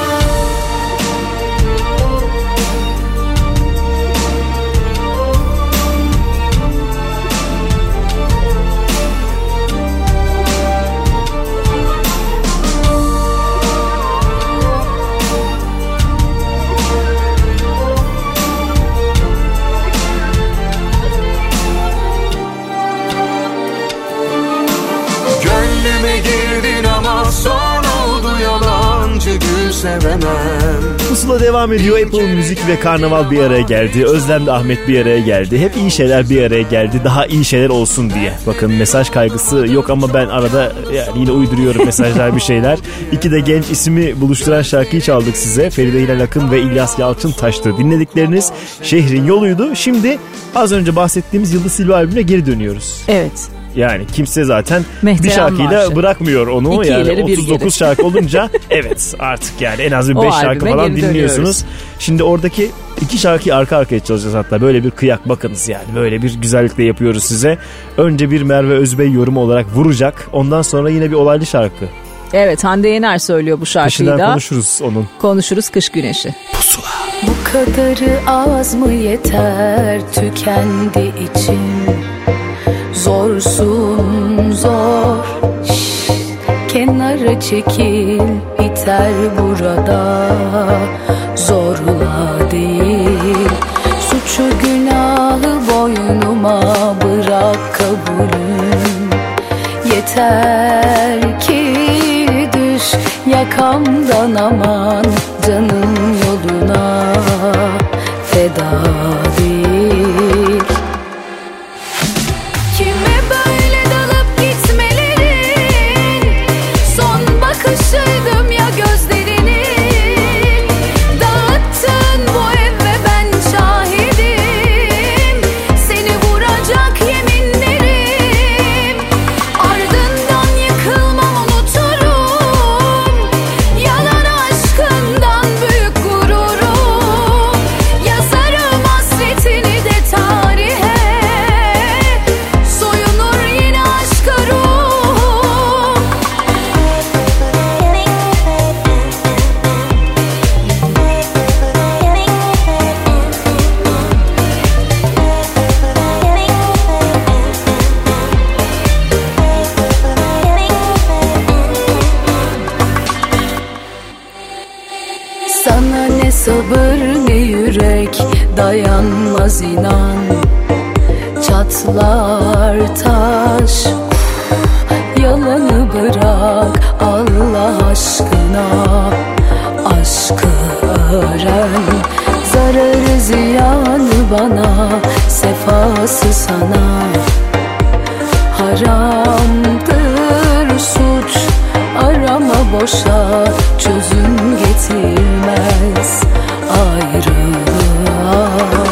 Son oldu, yalancı gül sevemem. Pusula devam ediyor. Apple Müzik ve Karnaval bir araya geldi. Özlem de Ahmet bir araya geldi. Hep iyi şeyler bir araya geldi. Daha iyi şeyler olsun diye. Bakın mesaj kaygısı yok ama ben arada yani yine uyduruyorum mesajlar bir şeyler. İki de genç ismi buluşturan şarkıyı çaldık size. Feride Hilal Akın ve İlyas Yalçıntaş'tı dinledikleriniz. Şehrin yoluydu. Şimdi az önce bahsettiğimiz Yıldız Silve albümüne geri dönüyoruz. Evet. Yani kimse zaten Mehteran bir şarkıyla marşı bırakmıyor onu. İki yani otuz dokuz geri. şarkı olunca evet artık yani en az bir beş şarkı falan dinliyorsunuz. Şimdi oradaki iki şarkıyı arka arkaya çalacağız hatta. Böyle bir kıyak, bakınız yani. Böyle bir güzellikle yapıyoruz size. Önce bir Merve Özbey yorumu olarak Vuracak. Ondan sonra yine bir olaylı şarkı. Evet, Hande Yener söylüyor bu şarkıyı Peşinden da. konuşuruz onun. Konuşuruz Kış Güneşi. Pusula. Bu kadarı az mı yeter tükendi içim. Zorsun zor, şş, kenara çekil, biter burada. Zorla değil, suçu günahı boynuma bırak kabulüm. Yeter ki yakamdan aman canım yoluna feda değil. Kime böyle dalıp gitmelerin son bakışıydım ya gözlerinin. Dağıttın bu ev ve ben şahidim. Seni vuracak yeminlerim. Ardından yıkılmam unuturum. Yalan aşkından büyük gururum. Yazarım hasretini de tarihe. Soyunur yine aşka ruhum. Sana ne sabır ne yürek dayanmaz inan. Çatlar taş, yalanı bırak Allah aşkına. Aşkı öğren, zararı ziyanı bana, sefası sana. Haramdır suç, arama boşa, çözüm getirmez ayrılığa.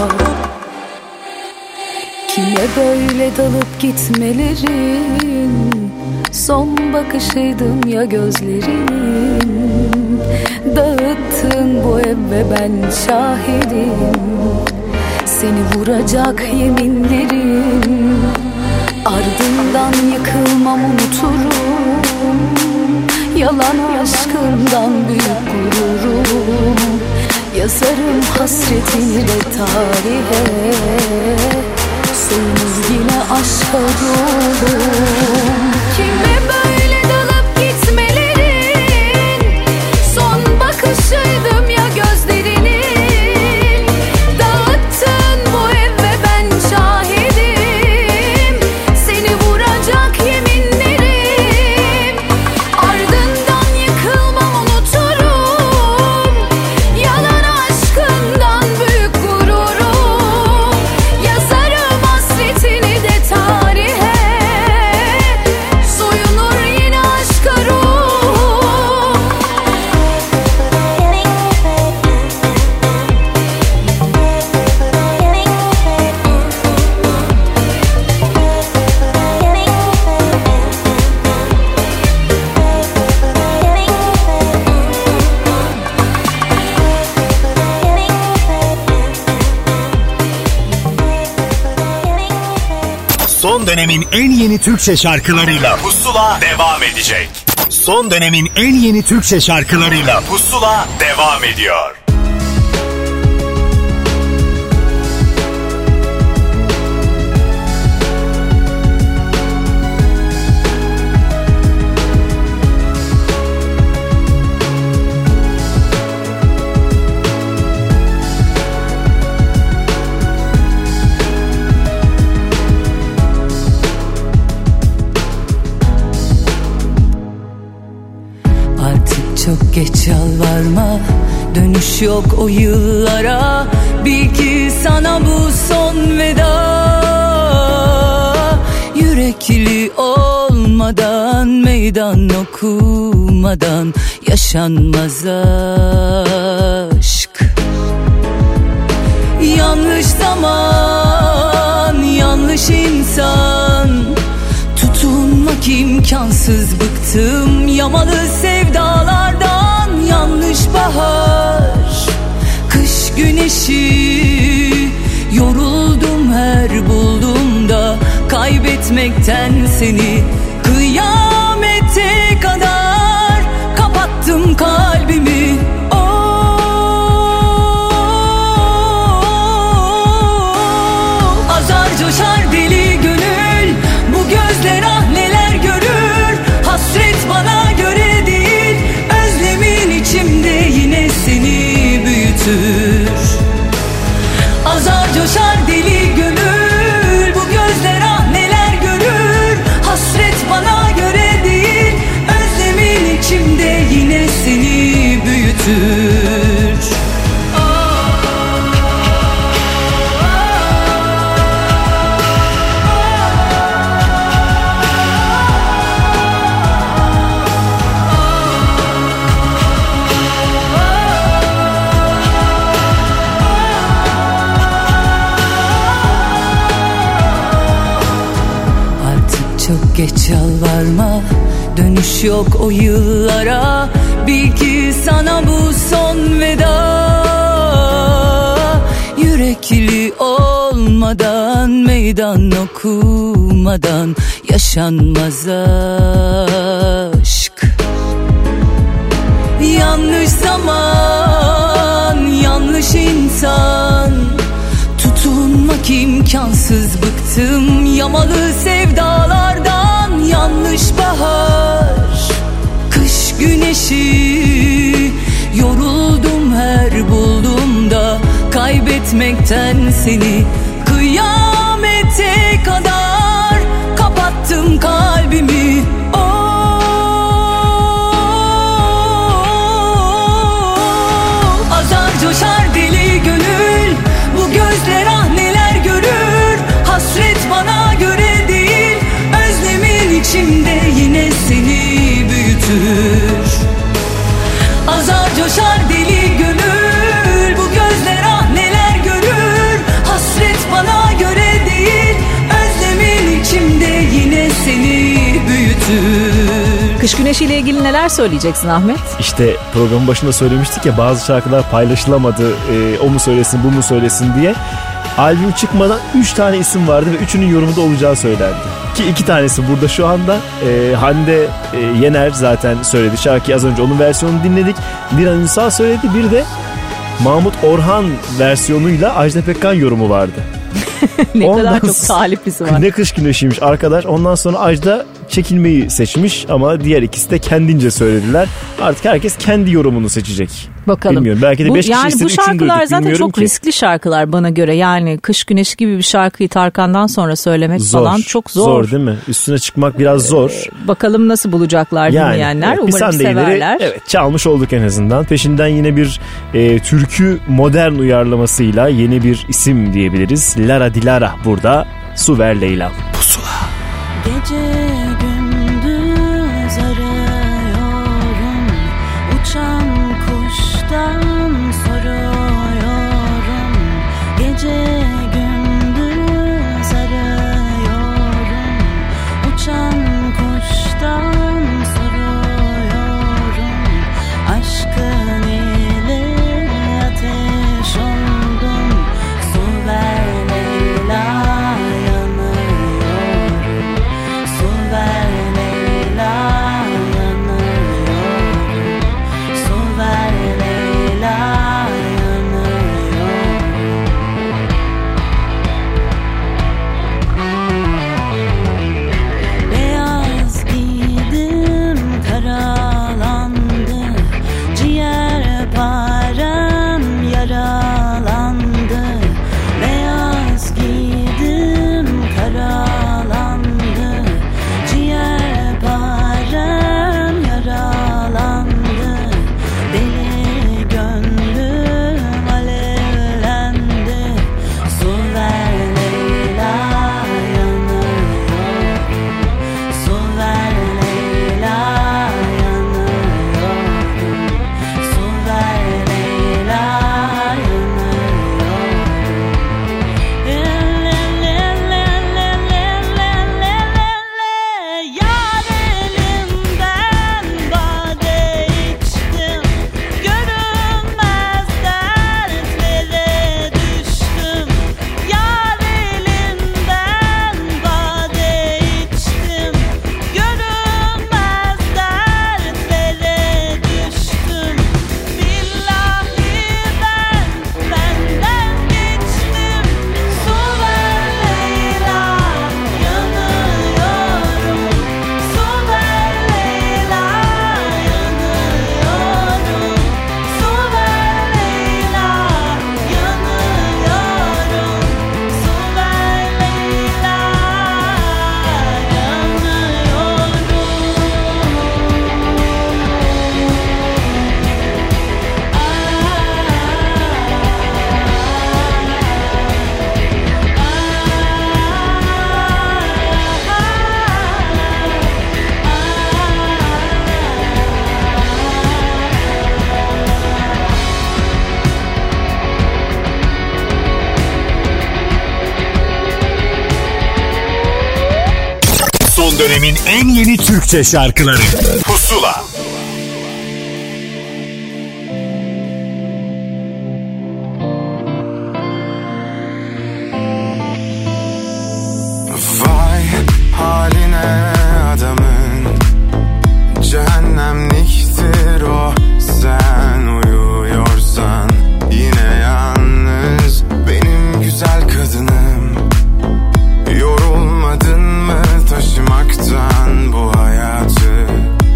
Kime böyle dalıp gitmelerin son bakışıydım ya gözlerin. Dağıttın bu ev ve ben şahidim. Seni vuracak yeminlerim. Ardından yıkılmam unuturum. Yalan aşkından büyük gururum. Yazarım hasretini de tarihe. Soyunur yine aşka ruhum. Kime böyle dalıp gitmelerin son bakışıydım ya gözlerinin. Dağıttın bu ev ve ben şahidim. Seni vuracak yeminlerim. Ardından yıkılmam unuturum. Yalan aşkından büyük gururum. Yazarım hasretini de tarihe. Soyunur yine aşka ruhum. Son dönemin en yeni Türkçe şarkılarıyla Pusula devam edecek. Son dönemin en yeni Türkçe şarkılarıyla Pusula devam ediyor. Çok geç yalvarma, dönüş yok o yıllara. Bil ki sana bu son veda. Yürekli olmadan, meydan okumadan yaşanmaz aşk. Yanlış zaman, yanlış insan. Tutunmak imkansız, bıktım yamalı sevdalardan. Yanlış bahar, kış güneşi. Yoruldum her bulduğumda kaybetmekten seni. Kıyamete kadar kapattım kalbimi. Azar coşar deli gönül, bu gözler ah neler görür. Hasret bana göre değil, özlemin içimde yine seni büyütür. Azar coşar deli gönül, bu gözler ah neler görür. Hasret bana göre büyütür. Çok geç yalvarma, dönüş yok o yıllara. Bil ki sana bu son veda. Yürekli olmadan, meydan okumadan yaşanmaz aşk. Yanlış zaman, yanlış insan, tutunmak imkansız, bıktım yamalı sevdalardan. Yanlış bahar, kış güneşi, yoruldum her bulduğumda kaybetmekten seni. Kıyamete kadar kapattım kalbimi. Oh, azar coşar deli gönül, bu gözler ah neler görür. Hasret bana göre değil, özlemin içimde yine seni büyütür. Azar coşar deli gönül, bu gözler ah neler görür. Hasret bana göre değil, özlemin içimde yine seni büyütür. Kış Güneşi ile ilgili neler söyleyeceksin Ahmet? İşte programın başında söylemiştik ya, bazı şarkılar paylaşılamadı, e, o mu söylesin bu mu söylesin diye. Albüm çıkmadan üç tane isim vardı ve üçünün yorumu da olacağı söylendi. Ki iki tanesi burada şu anda. e, Hande e, Yener zaten söyledi şarkıyı, az önce onun versiyonunu dinledik. Dilan Ünsal söyledi, bir de Mahmut Orhan versiyonuyla Ajda Pekkan yorumu vardı. Ne Ondan kadar çok taliplisi var. Ne Kış Güneşiymiş arkadaş. Ondan sonra Ajda çekilmeyi seçmiş ama diğer ikisi de kendince söylediler. Artık herkes kendi yorumunu seçecek. Bakalım. Bilmiyorum, belki de beş kişi yani istedi, bu şarkılar duyduk, zaten çok ki. riskli şarkılar bana göre. Yani Kış Güneşi gibi bir şarkıyı Tarkan'dan sonra söylemek zor, falan çok zor. Zor değil mi? Üstüne çıkmak biraz zor. Ee, bakalım nasıl bulacaklar yani, dinleyenler. Evet, umarım severler. Evet, çalmış olduk en azından. Peşinden yine bir e, türkü modern uyarlamasıyla yeni bir isim diyebiliriz. Lara Dilara burada. Su ver Leyla. Pusula. Gece gündüz arıyorum, uçan kuştan soruyorum. Gece gündüz arıyorum, uçan kuştan soruyorum. Aşkın ile ateş oldum, su ver Leyla. Su dönemin en yeni Türkçe şarkıları Pusula. Vay haline adamın, cehennemliktir o. Sen uyuyorsan yine yalnız benim güzel kadınım. Yorulmadın mı taşımaktan bu hayatı?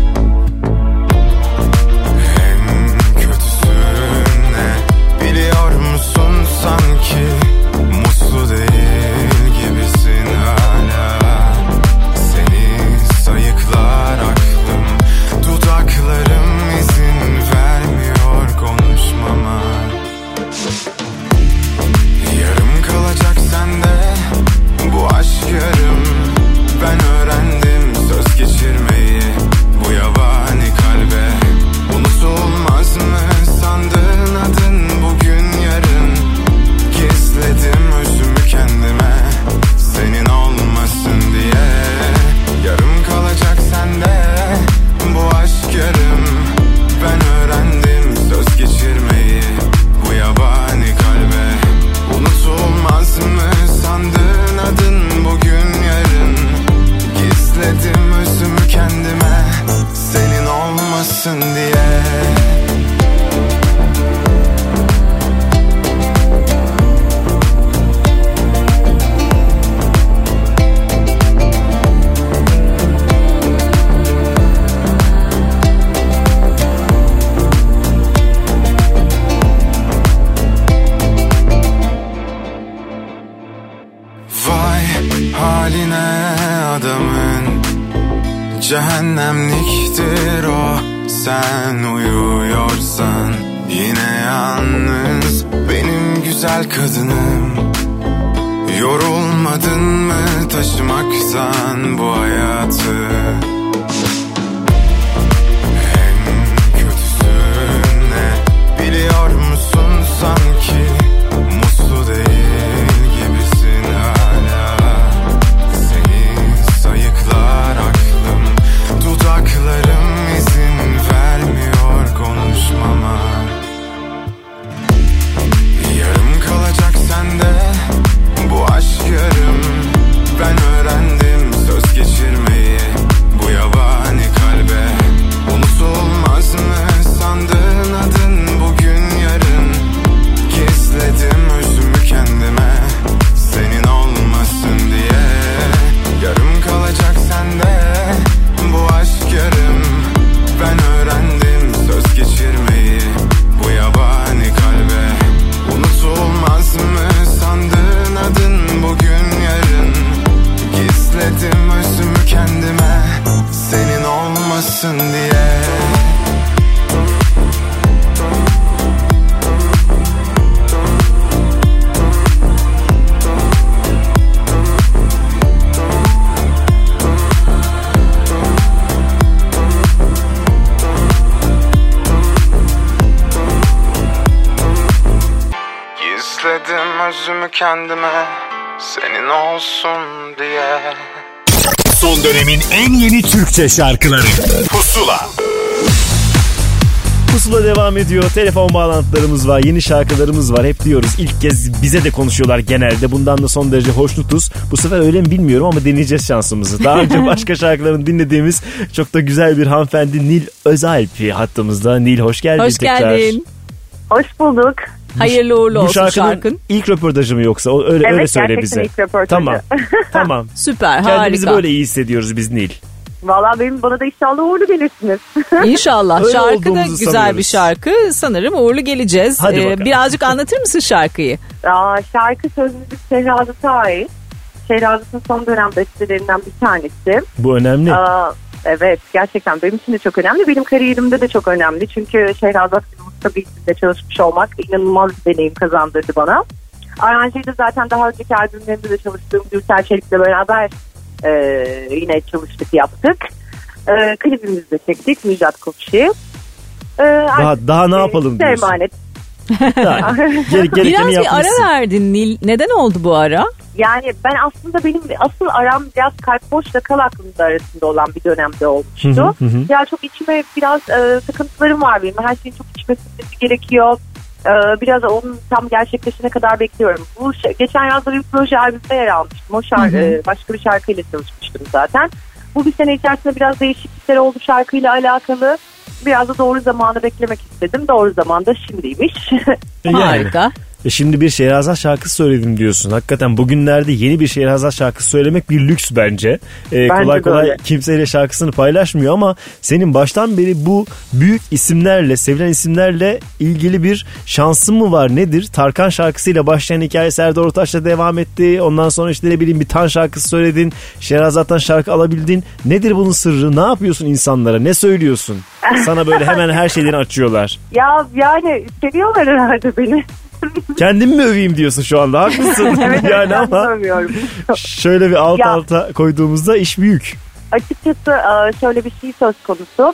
En kötüsü ne biliyor musun, sanki mutlu değil gibisin hala. Seni sayıklar aklım, dudaklarım izin vermiyor konuşmama. Yarım kalacak sende bu aşk yarım. Ben öğrendim söz geçirmeyi bu yabani kalbe. Unutulmaz mı sandığın adın bugün yarın? Gizledim özümü kendime senin olmasın diye. Yarım kalacak sende bu aşk yarım. Ben öğrendim söz geçirmeyi bu yabani kalbe. Unutulmaz mı sandığın adın bugün yarın? Gizledim özümü kendime senin olmasın diye. Vay haline adamın, cehennemliktir o. Sen uyuyorsan yine yalnız benim güzel kadınım. Yorulmadın mı taşımaktan bu hayatı? En kötüsü ne biliyor musun, sanki mutlu değil gibisin hala. Seni sayıklar aklım, dudaklarım izin vermiyor konuşmama. Yarım kalacak sende bu aşk yarım. Ben öğrendim söz geçirmeyi bu yabani kalbe. Unutulmaz mı sandığın adın bugün yarın? Gizledim özümü kendime senin olmasın diye. Yarım kalacak sende bu aşk yarım. Ben öğrendim söz geçirmeyi bu yabani kalbe. Unutulmaz mı sandığın adın bugün yarın? Gizledim özümü kendime senin olmasın diye. Gizledim özümü kendime senin olsun diye. Son dönemin en yeni Türkçe şarkıları Pusula. Pusula devam ediyor. Telefon bağlantılarımız var. Yeni şarkılarımız var. Hep diyoruz. İlk kez bize de konuşuyorlar genelde. Bundan da son derece hoşnutuz. Bu sefer öyle mi bilmiyorum ama deneyeceğiz şansımızı. Daha önce başka şarkılarını dinlediğimiz çok da güzel bir hanımefendi Nil Özalp hattımızda. Nil hoş geldin hoş tekrar. Hoş geldin. Hoş bulduk. Hayırlı uğurlu bu olsun şarkının şarkın. İlk röportajı mı yoksa? O öyle, evet, öyle söyle bize. Evet, gerçekten ilk röportajı. Tamam. Tamam. Süper, Kendimizi harika. Kendimizi böyle iyi hissediyoruz biz Nil. Valla benim bana da inşallah uğurlu gelirsiniz. İnşallah. Öyle Şarkı da güzel sanıyoruz. bir şarkı. Sanırım uğurlu geleceğiz. Hadi Ee, bakalım. birazcık anlatır mısın şarkıyı? Aa, şarkı sözümüzü Şehrazat'a ait. Şehrazat'ın son dönem bestelerinden bir tanesi. Bu önemli. Aa, evet, gerçekten benim için de çok önemli. Benim kariyerimde de çok önemli. Çünkü Şehrazat Mustabi'de çalışmış olmak inanılmaz bir deneyim kazandırdı bana. Aranjeyi de zaten daha önceki albümlerimde de çalıştığım Gürsel Çelik'le beraber e, yine çalıştık, yaptık. E, klibimizi de çektik Müjdat Kopşi. E, daha, daha ne yapalım diyorsun? Emanet. Yani, gere- biraz bir ara verdin Nil. Neden oldu bu ara? Yani ben aslında benim asıl aram biraz Kalp Boş'la Kal Aklımda arasında olan bir dönemde olmuştu. Hı hı hı. Ya çok içime biraz e, sıkıntılarım var benim. Her şeyin çok içime sıkıntı gerekiyor. E, biraz onun tam gerçekleşene kadar bekliyorum. Bu şey, geçen yazda bir proje albümde yer almıştım. O şarkı, hı hı. E, başka bir şarkıyla çalışmıştım zaten. Bu bir sene içerisinde biraz değişiklikler oldu şarkıyla alakalı. Biraz da doğru zamanı beklemek istedim. Doğru zamanda şimdiymiş. Yani. Harika. E şimdi bir Şehrazat şarkısı söyledim diyorsun. Hakikaten bugünlerde yeni bir Şehrazat şarkısı söylemek bir lüks bence. Ee, bence kolay kolay öyle. kimseyle şarkısını paylaşmıyor ama senin baştan beri bu büyük isimlerle, sevilen isimlerle ilgili bir şansın mı var, nedir? Tarkan şarkısıyla başlayan hikaye Serdar Ortaç'la devam etti. Ondan sonra işte ne bileyim bir Tan şarkısı söyledin. Şehrazat'tan şarkı alabildin. Nedir bunun sırrı? Ne yapıyorsun insanlara? Ne söylüyorsun? Sana böyle hemen her şeyleri açıyorlar. Ya yani seviyorlar herhalde beni. Kendimi mi öveyim diyorsun şu anda? Haklısın. Evet, yani ama şöyle bir alt ya, alta koyduğumuzda iş büyük. Açıkçası şöyle bir şey söz konusu.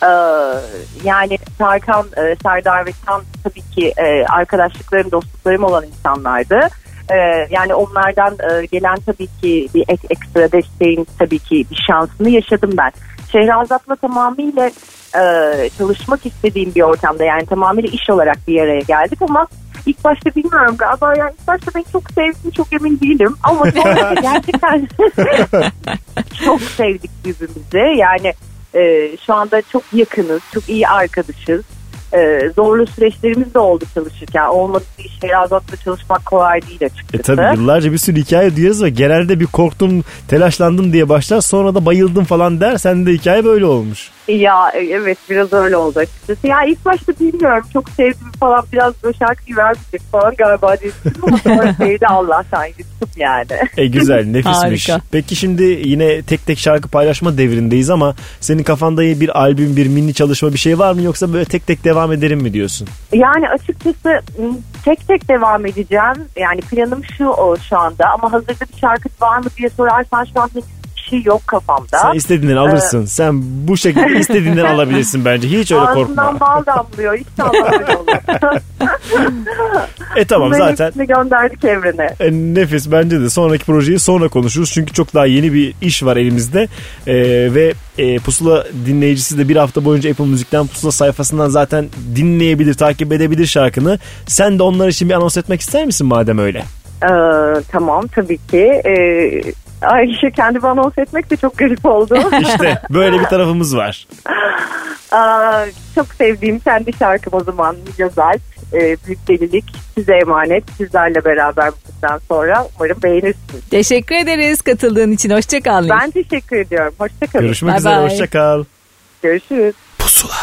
Yani Tarkan, Serdar ve Tan tabii ki arkadaşlıklarım, dostluklarım olan insanlardı. Yani onlardan gelen tabii ki bir ek, ekstra desteğin tabii ki bir şansını yaşadım ben. Şehrazat'la tamamıyla çalışmak istediğim bir ortamda, yani tamamıyla iş olarak bir araya geldik ama İlk başta bilmiyorum galiba, yani ilk başta beni çok sevdim, çok emin değilim ama sonra gerçekten çok sevdik birbirimizi. Yani e, şu anda çok yakınız, çok iyi arkadaşız. E, zorlu süreçlerimiz de oldu çalışırken. Olmadı bir iş, Şehrazat'la çalışmak kolay değil açıkçası. E tabii yıllarca bir sürü hikaye duyuyoruz ve genelde bir korktum, telaşlandım diye başlar, sonra da bayıldım falan der. Sen de hikaye böyle olmuş. Ya evet, biraz öyle oldu açıkçası. Ya ilk başta bilmiyorum, çok sevdim falan, biraz böyle şarkıyı vermeyecek falan galiba diye düşündüm ama sonra sevdi Allah'tan, gittim yani. E güzel, nefismiş. Harika. Peki şimdi yine tek tek şarkı paylaşma devrindeyiz ama senin kafanda bir albüm, bir mini çalışma bir şey var mı, yoksa böyle tek tek devam ederim mi diyorsun? Yani açıkçası tek tek devam edeceğim. Yani planım şu o şu anda, ama hazırda bir şarkı var mı diye sorarsan şu an hiç bir şey yok kafamda. Sen istediğinden alırsın. Ee... Sen bu şekilde istediğinden alabilirsin bence. Hiç öyle korkma. Ağzından bal damlıyor. İnşallah öyle olur. E tamam bunların zaten. hepsini gönderdik evrene. E, nefis, bence de sonraki projeyi sonra konuşuruz. Çünkü çok daha yeni bir iş var elimizde. E, ve e, Pusula dinleyicisi de bir hafta boyunca Apple Müzik'ten, Pusula sayfasından zaten dinleyebilir, takip edebilir şarkını. Sen de onlar için bir anons etmek ister misin madem öyle? Ee, tamam tabii ki. Ee, Ayşe kendimi anons etmek de çok garip oldu. İşte böyle bir tarafımız var. Aa, çok sevdiğim kendi şarkım o zaman, Gözel. Ee, Büyük Delilik size emanet. Sizlerle beraber bundan sonra umarım beğenirsiniz. Teşekkür ederiz katıldığın için. Hoşça kal. Ben teşekkür ediyorum. Hoşça kalın. Görüşmek bye üzere. Bye. Hoşça kal. Görüşürüz. Pusula.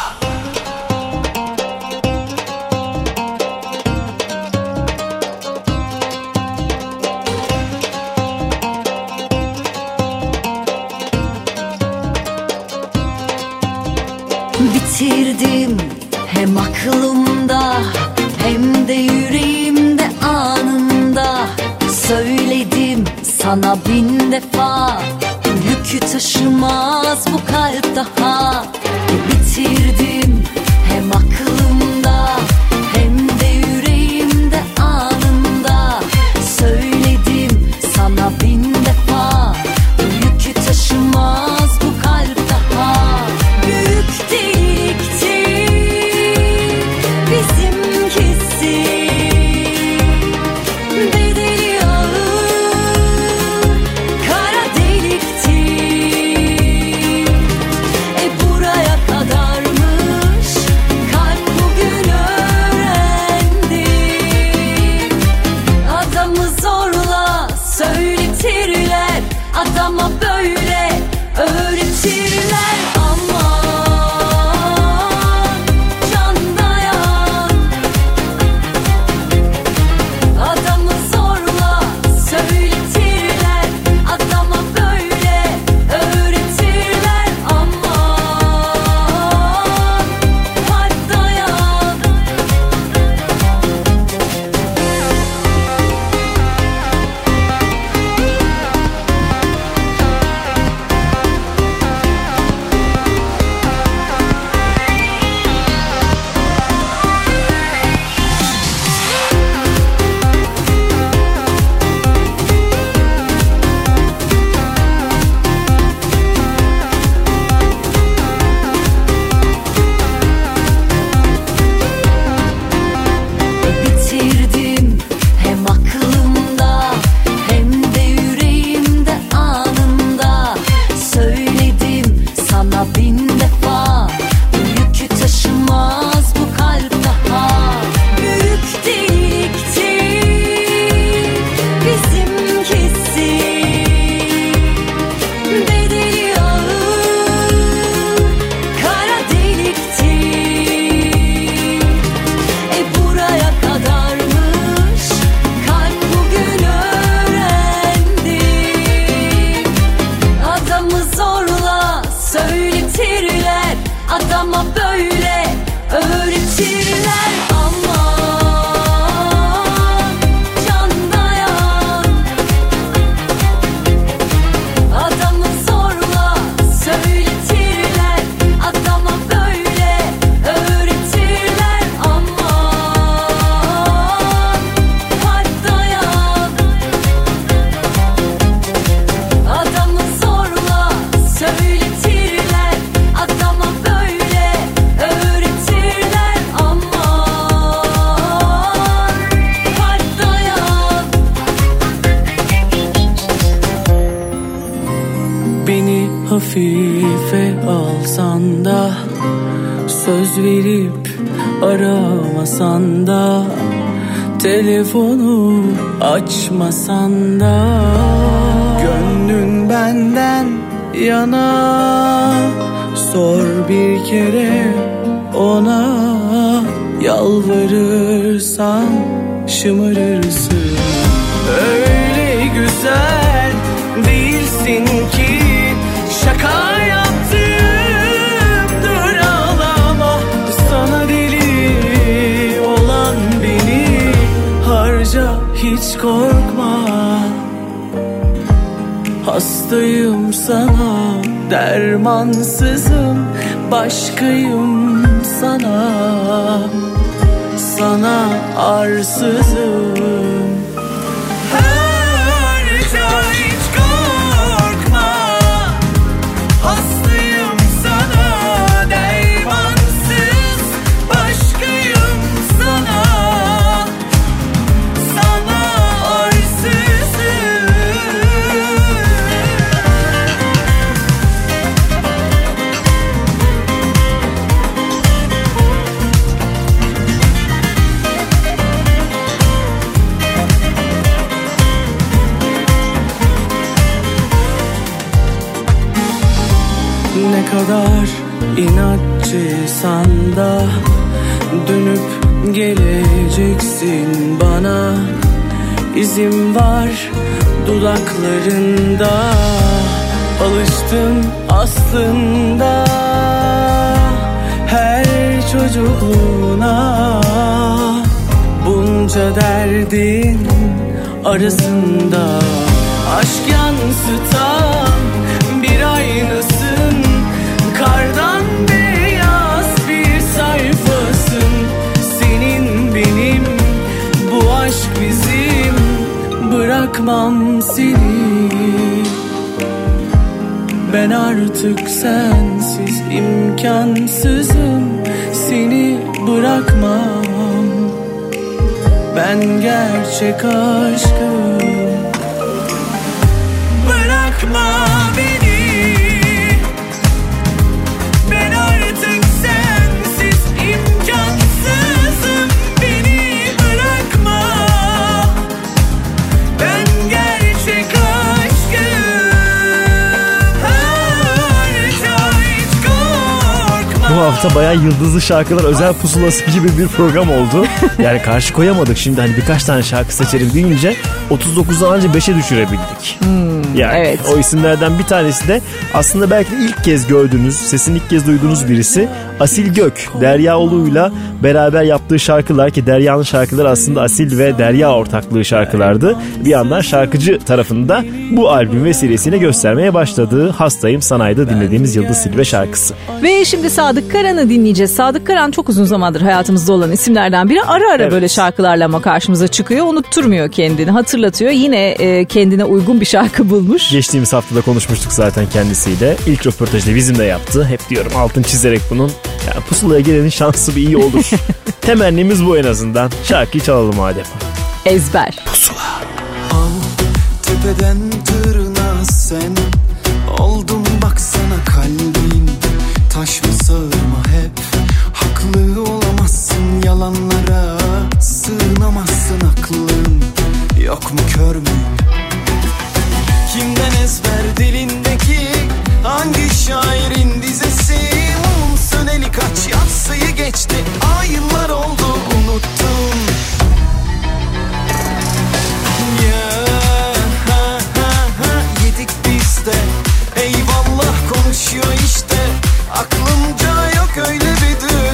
Bitirdim hem aklımda hem de yüreğimde anında. Söyledim sana bin defa, yükü taşımaz bu kalp daha. Bitirdim hem aklımda hem de yüreğimde anında. Söyledim sana bin defa, yükü taşımaz bu kalp daha. Büyük delikti bizimkisi, bedeli ağır kara delikti. E buraya kadarmış böyle öğretirler. Aman can dayan, adamı zorla söyletirler, adama böyle öğretirler. Aman kalp dayan, adamı zorla söyletirler, adama böyle öğretirler. Aman kalp dayan. Beni hafife alsan da, söz verip aramasan da, telefonu açmasan da, gönlün benden yana. Sor bir kere ona, yalvarırsan şımarırsın. Öyle güzel değilsin ki şaka yaptığımdır, ağlama. Sana deli olan beni harca, hiç korkma. Hastayım sana, dermansızım, başkayım sana. Sana arsızım. Harca, hiç korkma. Hastayım sana, dermansız, başkayım sana. Sana arsızım. Ne kadar inatçıysan da dönüp geleceksin bana. İzim var dudaklarında, alıştım aslında her çocukluğuna. Bunca derdin arasında aşk yansıtan bir aynısın. Kardan beyaz bir sayfasın. Senin benim, bu aşk bizim. Bırakmam seni. Ben artık sensiz imkansızım. Seni bırakmam. Ben gerçek aşkım. Bırakma beni. Ben artık sensiz imkansızım. Beni bırakma. Ben gerçek aşkım. Harca, hiç korkma. Bu hafta bayağı yıldızlı şarkılar özel pusulası gibi bir program oldu. Yani karşı koyamadık şimdi, hani birkaç tane şarkı seçelim deyince otuz dokuzdan önce beşe düşürebildik. Hmm, yani evet. O isimlerden bir tanesi de aslında belki de ilk kez gördüğünüz, sesini ilk kez duyduğunuz birisi Asil Gök. Derya Ulu'yla beraber yaptığı şarkılar, ki Derya'nın şarkıları aslında Asil ve Derya ortaklığı şarkılardı. Bir yandan şarkıcı tarafında bu albüm vesilesiyle göstermeye başladığı Hastayım Sana'ydı dinlediğimiz Yıldız Silve şarkısı. Ve şimdi Sadık Karan'ı dinleyeceğiz. Sadık Karan çok uzun zamandır hayatımızda olan isimlerden biri. Ara ara evet. böyle şarkılarla ama karşımıza çıkıyor. Unutturmuyor kendini, hatırlatıyor. Yine e, kendine uygun bir şarkı bulmuş. Geçtiğimiz haftada konuşmuştuk zaten kendisiyle. İlk röportajda bizimle yaptı. Hep diyorum, altın çizerek bunun. Yani pusulaya gelenin şansı bir iyi olur. Temennimiz bu en azından. Şarkıyı çalalım madem. Ezber. Pusula. Al tepeden tırnağa sen. Oldum baksana kalbin. Taş mı sağırma hep. Haklı olamazsın, yalanlara sığınamazsın aklın. Yok mu kör mü? Kimden ezber dilindeki? Hangi şairin dizesi? Mum söneli kaç yatsıyı geçti. Aylar oldu unuttum. Ya ha ha ha yedik biz de. Eyvallah konuşuyor işte. Aklımca yok öyle bir düğün.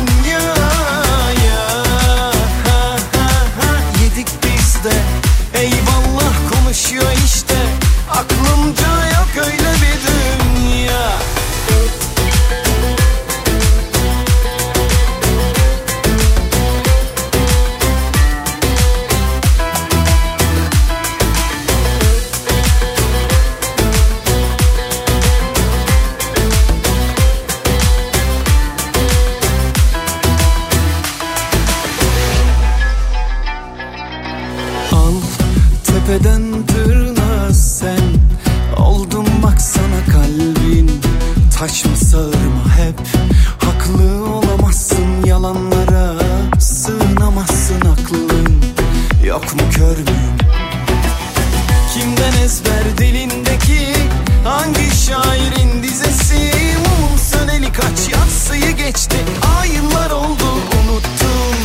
kör müyüm? Kimden ezber dilindeki hangi şairin dizesi? Mumum söneli kaç yatsıyı geçti, ay yıllar oldu unuttum.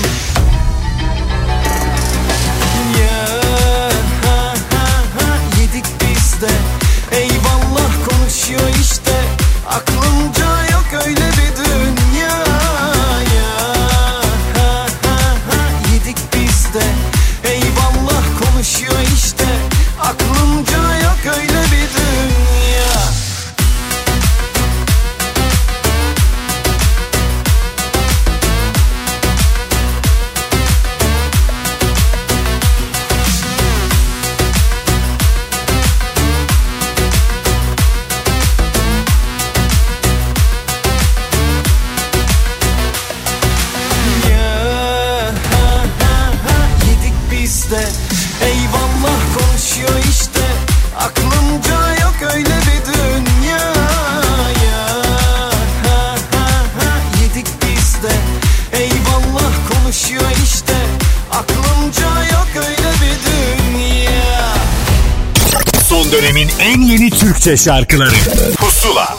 Ya ha ha ha yedik biz de, eyvallah konuşuyor işte. Aklımca yok öyle bir dünya. Ya ha ha ha yedik biz de, eyvallah konuşuyor işte. Aklımca yok öyle bir dünya. Eyvallah konuşuyor işte. Aklımca yok öyle bir dünya. Ya ha ha ha yedik biz de, eyvallah konuşuyor işte. Aklımca yok öyle bir dünya. Son dönemin en yeni Türkçe şarkıları Pusula.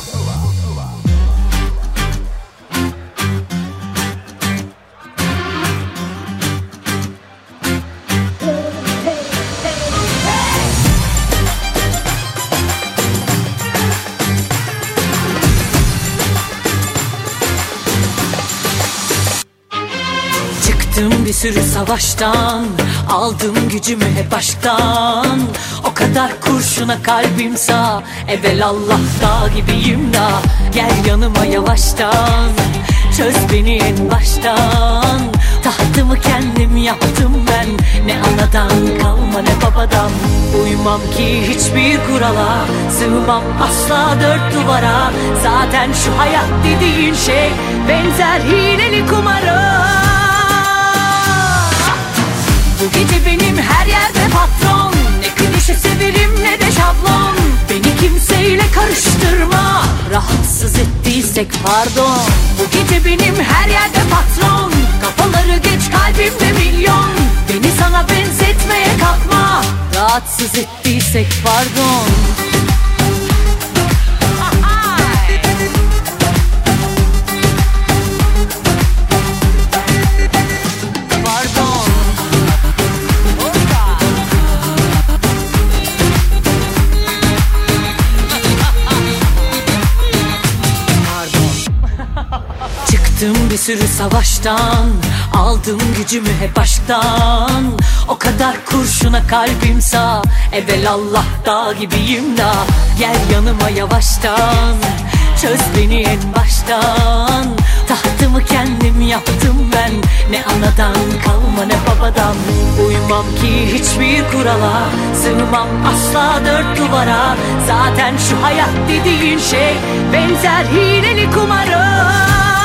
Bir sürü savaştan aldım gücümü hep aşktan. O kadar kurşuna kalbim sağ, evelallah dağ gibiyim da. Gel yanıma yavaştan, çöz beni en baştan. Tahtımı kendim yaptım ben, ne anadan kalma ne babadan. Uymam ki hiçbir kurala, sığmam asla dört duvara. Zaten şu hayat dediğin şey benzer hileli kumara. Bu gece benim her yerde patron, ne klişe severim ne de şablon. Beni kimseyle karıştırma, rahatsız ettiysek pardon. Bu gece benim her yerde patron, kafaları geç kalbimde milyon. Beni sana benzetmeye kalkma, rahatsız ettiysek pardon. Bir sürü savaştan aldım gücümü hep aşktan. O kadar kurşuna kalbim sağ, evelallah dağ gibiyim da. Gel yanıma yavaştan, çöz beni en baştan. Tahtımı kendim yaptım ben, ne anadan kalma ne babadan. Uymam ki hiçbir kurala, sığmam asla dört duvara. Zaten şu hayat dediğin şey benzer hileli kumara.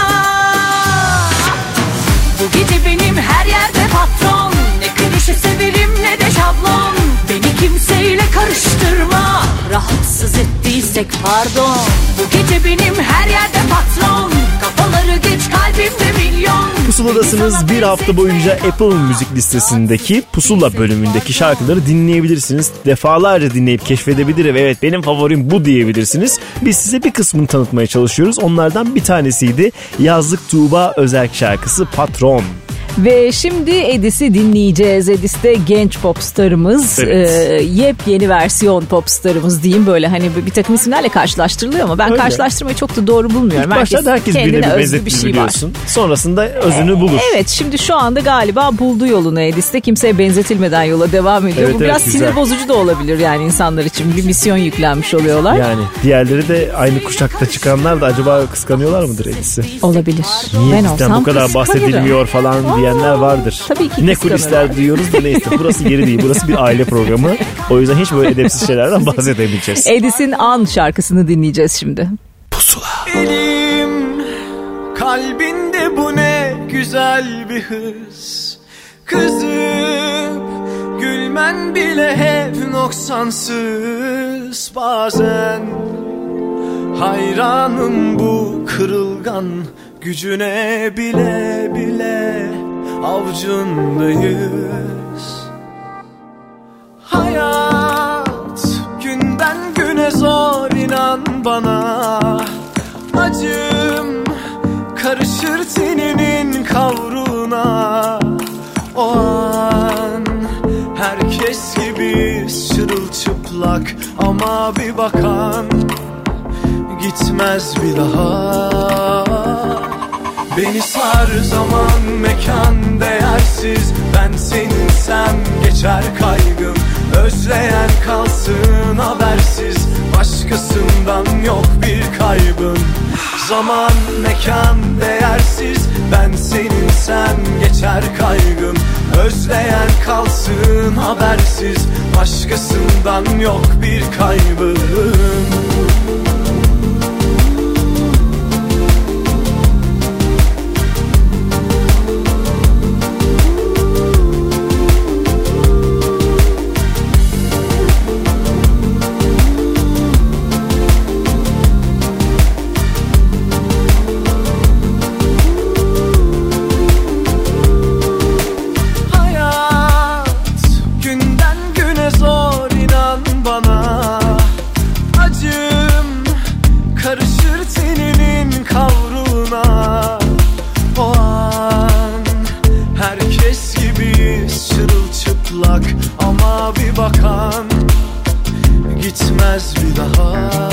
Bu gece benim her yerde patron, ne klişe severim ne de şablon. Beni kimseyle karıştırma, rahatsız ettiysek pardon. Bu gece benim her yerde patron, kafaları geç kalbimde milyon. Pusuladasınız. Bir hafta boyunca Apple Müzik listesindeki Pusula bölümündeki şarkıları dinleyebilirsiniz. Defalarca dinleyip keşfedebilir ve evet benim favorim bu diyebilirsiniz. Biz size bir kısmını tanıtmaya çalışıyoruz. Onlardan bir tanesiydi Yazlık Tuğba Özerk şarkısı Patron. Ve şimdi Edis'i dinleyeceğiz. Edis de genç popstarımız. Evet. E, yepyeni versiyon popstarımız diyeyim, böyle hani bir takım isimlerle karşılaştırılıyor ama ben öyle karşılaştırmayı çok da doğru bulmuyorum. İlk başta herkes birbirine bir benzettiğini şey biliyorsun. Var. Sonrasında özünü bulur. Evet, şimdi şu anda galiba buldu yolunu Edis de, kimseye benzetilmeden yola devam ediyor. Evet, Bu evet, biraz güzel. Sinir bozucu da olabilir yani insanlar için. Bir misyon yüklenmiş oluyorlar. Yani diğerleri de aynı kuşakta çıkanlar da acaba kıskanıyorlar mıdır Edis'i? Olabilir. Niye ben bizden bu kadar bahsedilmiyor falan Aa. diye diyenler vardır. Tabii ki ne kulisler duyuyoruz da neyse. Burası yeri değil. Burası bir aile programı. O yüzden hiç böyle edepsiz şeylerden bahsedemeyeceğiz. Edis'in An şarkısını dinleyeceğiz şimdi. Pusula. Elim kalbinde bu ne güzel bir hız. Kızıp gülmen bile hep noksansız. Bazen hayranım bu kırılgan gücüne, bile bile avcundayız. bana. Acım karışır teninin kavruna. O an herkes gibi çırılçıplak, ama bir bakan gitmez bir daha. Beni sar zaman mekan değersiz, ben seninsem geçer kaygım. Özleyen kalsın habersiz, başkasından yok bir kaybım. Zaman mekan değersiz, ben seninsem geçer kaygım. Özleyen kalsın habersiz, başkasından yok bir kaybım. Ama bir bakan gitmez bir daha.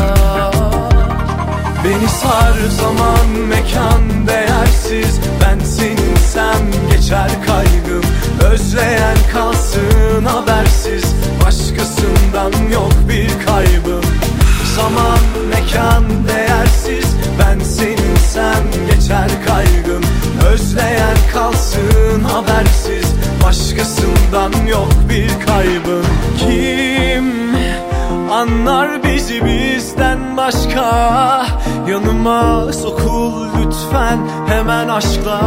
Beni sar zaman mekan değersiz, ben seninsem geçer kaygım. Özleyen kalsın habersiz, başkasından yok bir kaybım. Zaman mekan değersiz, ben seninsem geçer kaygım. Özleyen kalsın habersiz, başkasından yok bir kaybım. Kim anlar bizi bizden başka? Yanıma sokul lütfen hemen aşkla.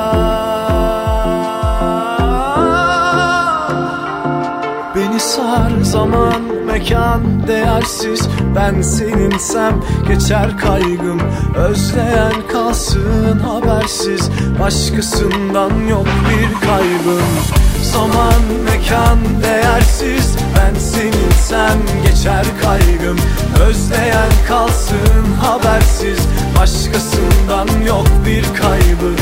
Beni sar zaman mekan değersiz, ben seninsem geçer kaygım. Özleyen kalsın habersiz, başkasından yok bir kaybım. Zaman mekan değersiz, ben seninsem geçer kaygım. Özleyen kalsın habersiz, başkasından yok bir kaybım.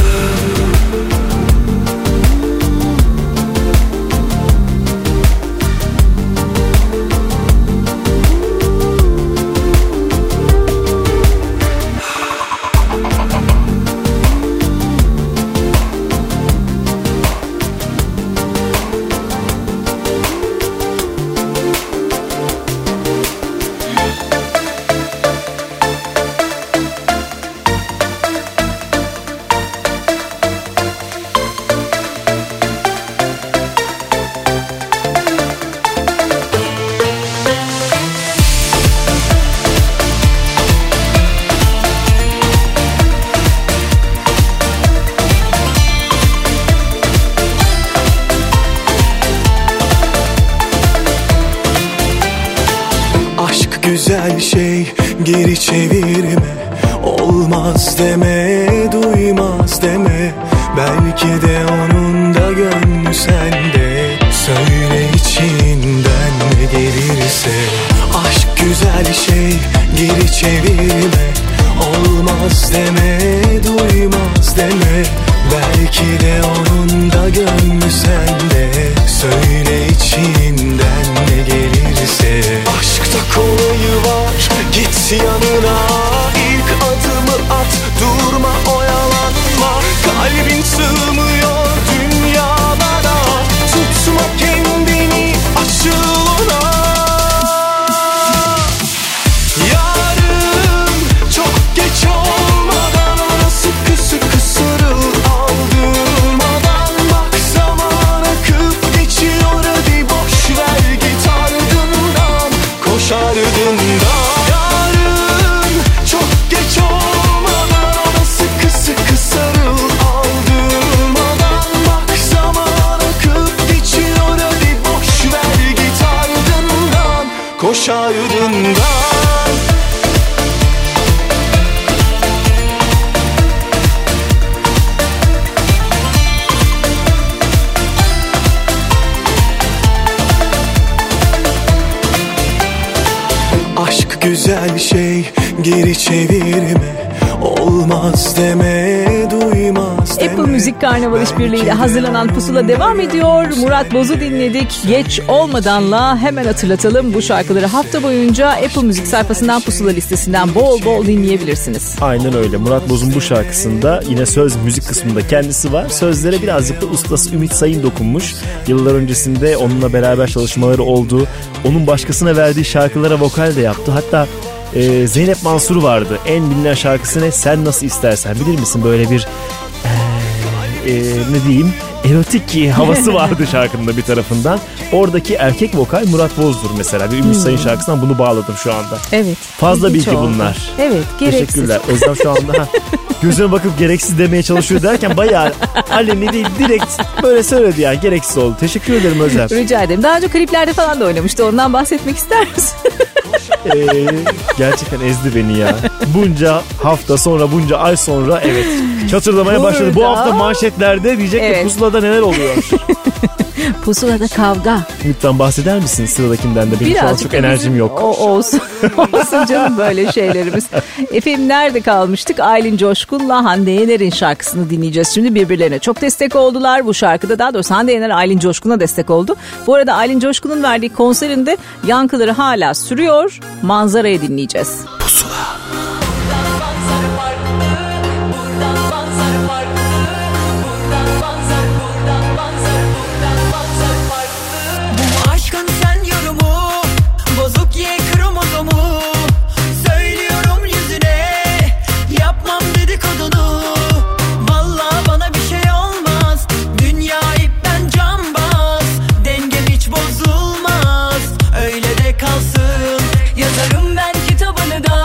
Güzel şey geri çevirme, olmaz deme, duymaz deme. Belki de onun da gönlü sende. Söyle içinden ne gelirse. Aşk güzel şey geri çevirme, olmaz deme, duymaz deme. Belki de onun da gönlü sende. Söyle içinden ne gelirse. Aşkta kolayı var, git yanına. İlk adımı at, durma oyalanma. Kalbin sığmıyor dünyalara. Tutma kendini, açıl ona. Yarın çok geç olmadan ona sıkı sıkı sarıl. Aldırmadan bak, zaman akıp geçiyor. Hadi boş ver, git ardından, koş ardından. Yarın çok geç olmadan ona sıkı sıkı sarıl. Aldırmadan bak, zaman akıp geçiyor. Hadi boş ver, git ardından, koş ardından. Aşk güzel şey geri çevirme, olmaz deme, duymaz deme. Apple Müzik Karnaval işbirliğiyle hazırlanan Pusula devam ediyor. Murat Boz'u dinledik. Geç olmadanla hemen hatırlatalım. Bu şarkıları hafta boyunca Apple Müzik sayfasından, Pusula listesinden bol bol dinleyebilirsiniz. Aynen öyle. Murat Boz'un bu şarkısında yine söz müzik kısmında kendisi var. Sözlere birazcık da ustası Ümit Sayın dokunmuş. Yıllar öncesinde onunla beraber çalışmaları oldu. Onun başkasına verdiği şarkılara vokal de yaptı. Hatta e, Zeynep Mansur vardı. En bilinen şarkısı ne? Sen Nasıl İstersen. Bilir misin? Böyle bir e, e, ne diyeyim? Erotik havası vardı şarkının da bir tarafından. Oradaki erkek vokal Murat Boz'dur mesela. Bir Ümit Sayın şarkısından bunu bağladım şu anda. Evet. Fazla bilgi oldu bunlar. Evet, gereksiz. Teşekkürler. Özlem şu anda gözüne bakıp gereksiz demeye çalışıyor derken bayağı aleni değil, direkt böyle söyledi yani, gereksiz oldu. Teşekkür ederim Özlem. Rica ederim. Daha önce kliplerde falan da oynamıştı. Ondan bahsetmek ister misin? ee, gerçekten ezdi beni ya. Bunca hafta sonra, bunca ay sonra evet çatırlamaya Burada... başladı. Bu hafta manşetlerde diyecek evet. ki Pusula'da neler oluyor? Pusula'da kavga. Lütfen bahseder misin sıradakinden de? Benim şu an çok enerjim bizim... yok. O, olsun. Olsun canım böyle şeylerimiz. Efendim nerede kalmıştık? Aylin Coşkun'la Hande Yener'in şarkısını dinleyeceğiz. Şimdi birbirlerine çok destek oldular bu şarkıda. Daha doğrusu Hande Yener Aylin Coşkun'a destek oldu. Bu arada Aylin Coşkun'un verdiği konserinde yankıları hala sürüyor. Manzarayı dinleyeceğiz. Pusula. Yazarım ben kitabını da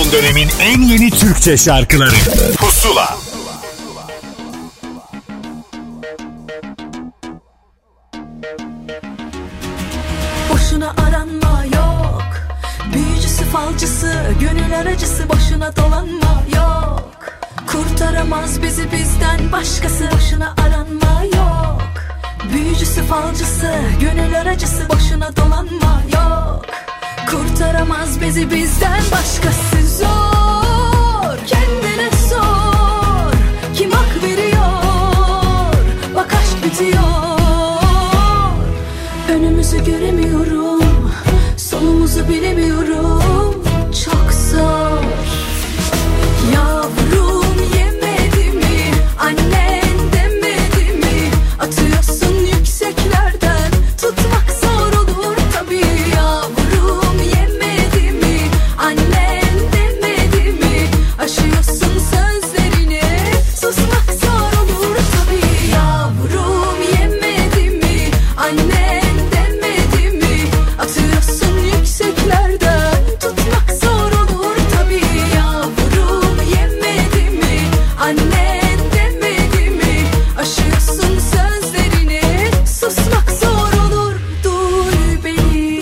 Son dönemin en yeni Türkçe şarkıları Pusula. Boşuna aranma yok, büyücüsü falcısı, gönül aracısı, boşuna dolanma yok. Kurtaramaz bizi bizden başkası, boşuna aranma yok. Büyücüsü falcısı, gönül aracısı, boşuna dolanma yok. Kurtaramaz bizi bizden başkası. Zor, kendine sor, kim hak veriyor, bak aşk bitiyor. Önümüzü göremiyorum, sonumuzu bilemiyorum, çok zor. Yavrum yemedi mi, annen demedi mi, atıyorsun yükseklerden, tutmak zor olur tabii. Yavrum yemedi mi, annen demedi mi, aşıyorsun sözlerini, susmak zor olur tabii. Yavrum yemedi mi, annen demedi mi, atıyorsun yükseklerden, tutmak zor olur tabii. Yavrum yemedi mi, annen demedi mi, aşıyorsun sözlerini, susmak zor olur, duy beni.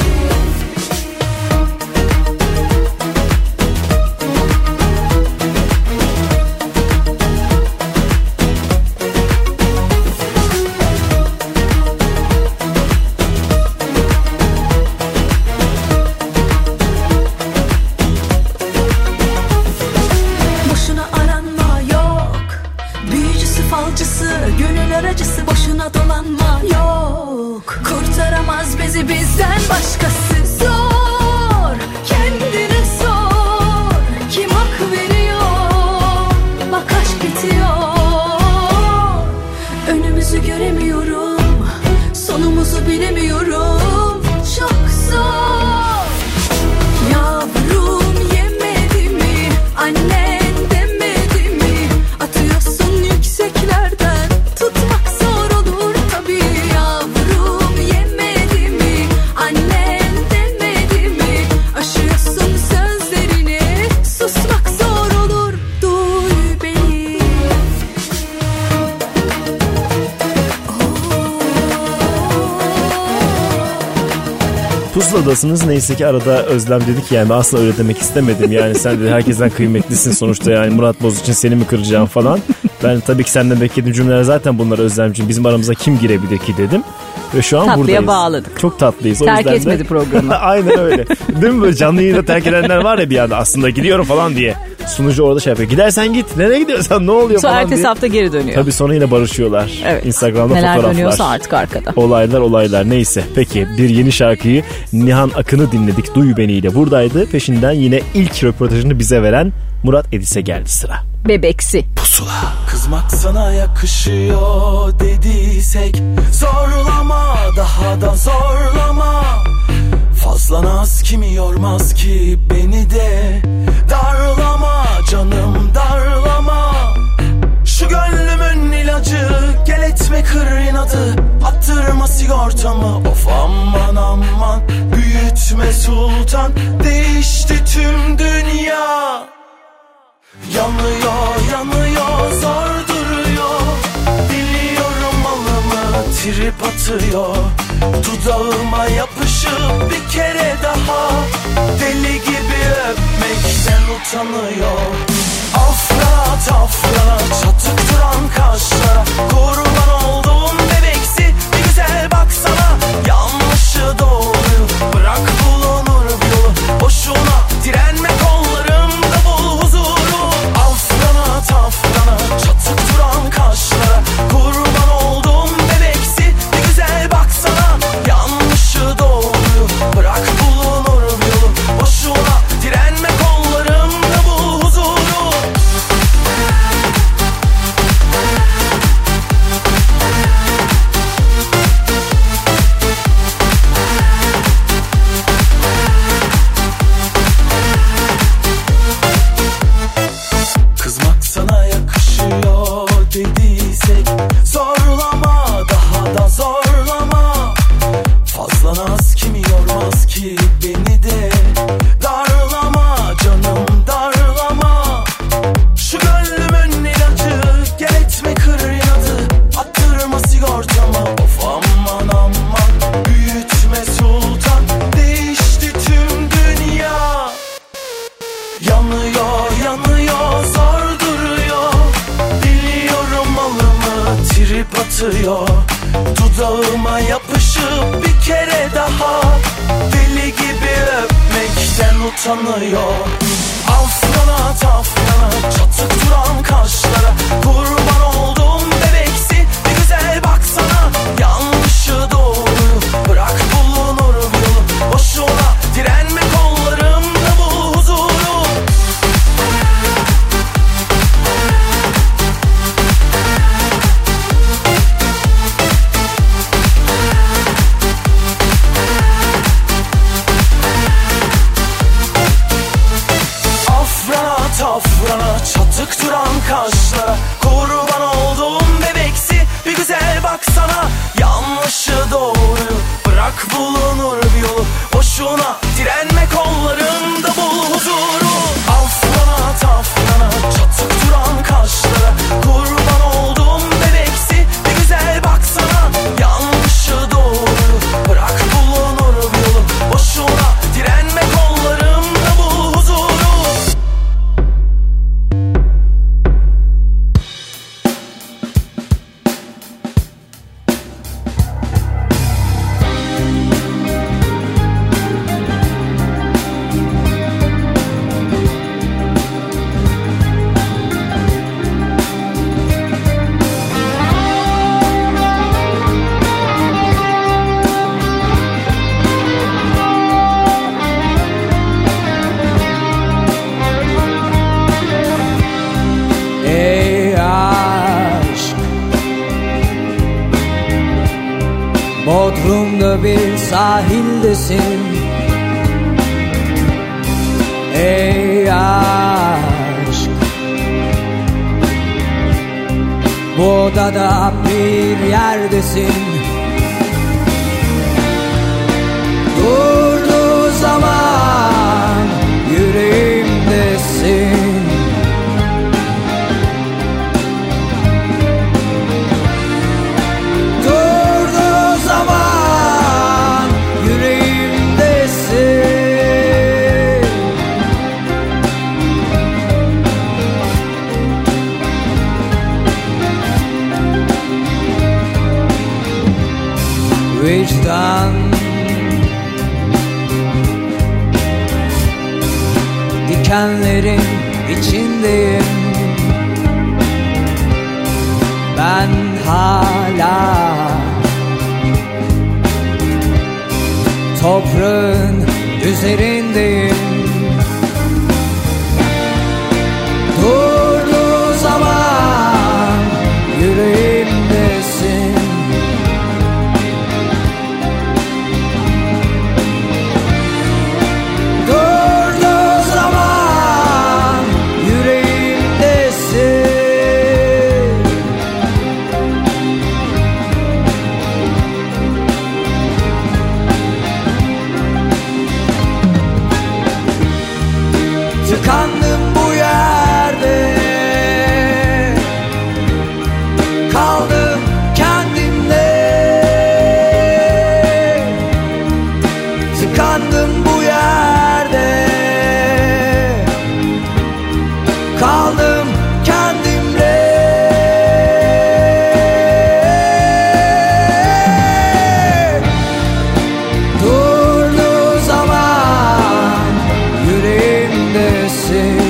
Boşuna aranma yok, büyücüsü falcısı, gönül aracısı, boşuna dolanma yok. Kurtaramaz bizi bizden başkası. Zor, kendine sor, kim hak veriyor, bak aşk bitiyor. Önümüzü göremiyorum, sonumuzu bilemiyorum, çok zor. Yavrum yemedi mi, annen demedi mi, atıyorsun yükseklerden, tutmak zor olur tabii. Yavrum yemedi mi, annen demedi mi, aşıyorsun sözlerini, susmak zor olur, duy beni. Pusuladasınız, neyse ki arada Özlem dedik yani ben aslında öyle demek istemedim yani sen de herkesten kıymetlisin sonuçta yani Murat Boz için seni mi kıracağım falan. Ben tabii ki senden beklediğim cümleler zaten bunlar Özlemciğim, bizim aramıza kim girebilir ki dedim. Ve şu an Tatlıya buradayız. bağladık. Çok tatlıyız. O Terk yüzden de... etmedi programı. Aynen öyle. Değil mi böyle canlı yayında terk edenler var ya bir anda aslında gidiyorum falan diye. Sunucu orada şey yapıyor. Gidersen git. Nereye gidiyorsan ne oluyor sonra falan ertesi diye. hafta geri dönüyor. Tabii sonra yine barışıyorlar. Evet. Instagram'da neler fotoğraflar. Neler dönüyorsa artık arkada. Olaylar olaylar neyse. Peki bir yeni şarkıyı Nihan Akın'ı dinledik. Duy Beni ile buradaydı. Peşinden yine ilk röportajını bize veren Murat Edis'e geldi sıra. Bebeksi. Pusula. Kızmak sana yakışıyor dediysek, zorlama, daha da zorlama. Fazla naz kimi yormaz ki beni de, darlama canım darlama. Şu gönlümün ilacı, gel etme kır inadı, attırma sigortamı, of aman aman. Büyütme sultan, değişti tüm dünya. Yanıyor yanıyor zor duruyor, diliyorum malımı trip atıyor. Dudağıma yapışıp bir kere daha, deli gibi öpmekten utanıyor. Afra tafra çatık duran kaşlara, kurban olduğum bebeksi bir güzel baksana. Yanlışı doğruyu bırak bulunur bir yolu, boşuna direnme kollarımda bul huzuru. Afrana tafrana çatık duran kaşlara, kurban olduğum bebeksi bir güzel baksana. Yanlışı doğruyu bırak bulunur bir yolu, boşuna direnme kollarımda bul huzuru. Dudağıma yapışıp bir kere daha deli gibi öpmekten utanıyor. Afyona tafyona çatık duran kaşlara kurban oldum bebeksi bir güzel baksana. Yanlışı doğruyu bırak bulunur bir yolu, boşuna direnme kollarımda bul huzuru. Tafrana çatık duran kaşlara kurban oldum bebeksi bir güzel baksana. Yanlışı doğruyu bırak bulunur bir yolu, boşuna direnme kollarımda bul huzuru. Afrana tafrana çatık duran kaşlara kurban oldum bebeksi bir güzel baksana. Yanlışı doğruyu bırak bulunur bir yolu, boşuna direnme kollarımda bul huzuru. Bodrum'da bir sahildesin. Ey aşk, bu odada bir yerdesin. Durduğu zaman yüreğimdesin. Vicdan, dikenlerin içindeyim. Ben hala toprağın üzerindeyim. Durduğu zaman yüreğimdesin. Tıkandım bu yerde, kaldım kendimde. Tıkandım bu yerde, kaldım kendimde. Durduğu zaman yüreğimdesin.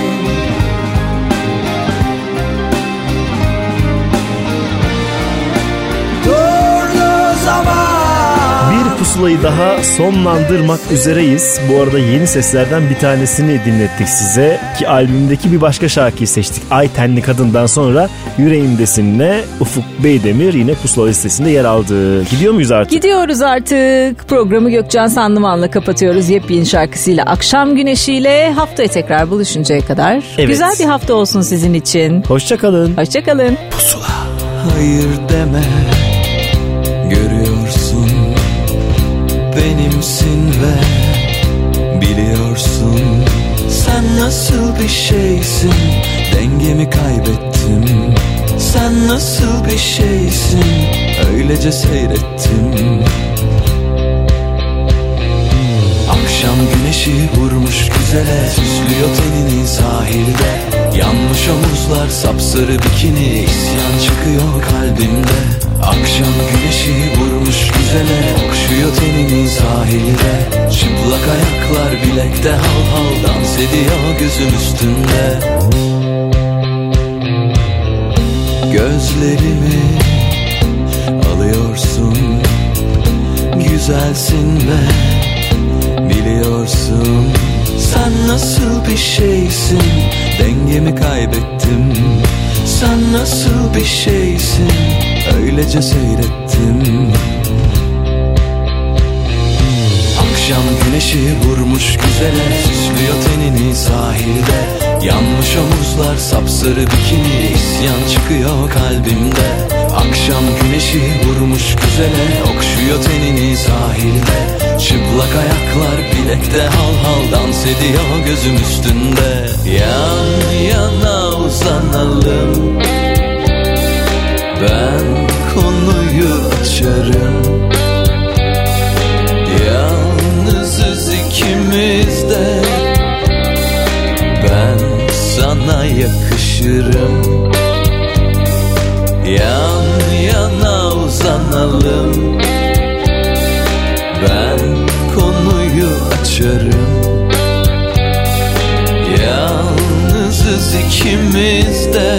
Bir pusulayı daha sonlandırmak üzereyiz. Bu arada yeni seslerden bir tanesini dinlettik size. Ki albümdeki bir başka şarkıyı seçtik. Ay Tenli Kadın'dan sonra Yüreğimdesin'le Ufuk Beydemir yine pusula listesinde yer aldı. Gidiyor muyuz artık? Gidiyoruz artık. Programı Gökcan Sandıman'la kapatıyoruz. Yepyeni şarkısıyla Akşam Güneşi'yle. Haftaya tekrar buluşuncaya kadar. Evet. Güzel bir hafta olsun sizin için. Hoşçakalın. Hoşçakalın. Pusula. Hayır deme, görüyorsun benimsin ve biliyorsun sen nasıl bir şeysin. Dengemi kaybettim, sen nasıl bir şeysin, öylece seyrettim. Akşam güneşi vurmuş güzele, süslüyor tenini sahilde. Yanmış omuzlar, sapsarı bikini, isyan çıkıyor kalbimde. Akşam güneşi vurmuş güzele, okşuyor tenini sahilde. Çıplak ayaklar bilekte hal hal dans ediyor gözüm üstünde. Gözlerimi alıyorsun, güzelsin ve biliyorsun. Sen nasıl bir şeysin, dengemi kaybettim. Sen nasıl bir şeysin, öylece seyrettim. Akşam güneşi vurmuş güzele, süslüyor tenini sahilde. Yanmış omuzlar, sapsarı bikini, isyan çıkıyor kalbimde. Akşam güneşi vurmuş güzele, okşuyor tenini sahilde. Çıplak ayaklar bilekte hal hal dans ediyor gözüm üstünde. Yan yana uzanalım, ben konuyu açarım. Yalnızız ikimiz de, ben sana yakışırım. Yan yana uzanalım, ben konuyu açarım. Yalnızız ikimiz de,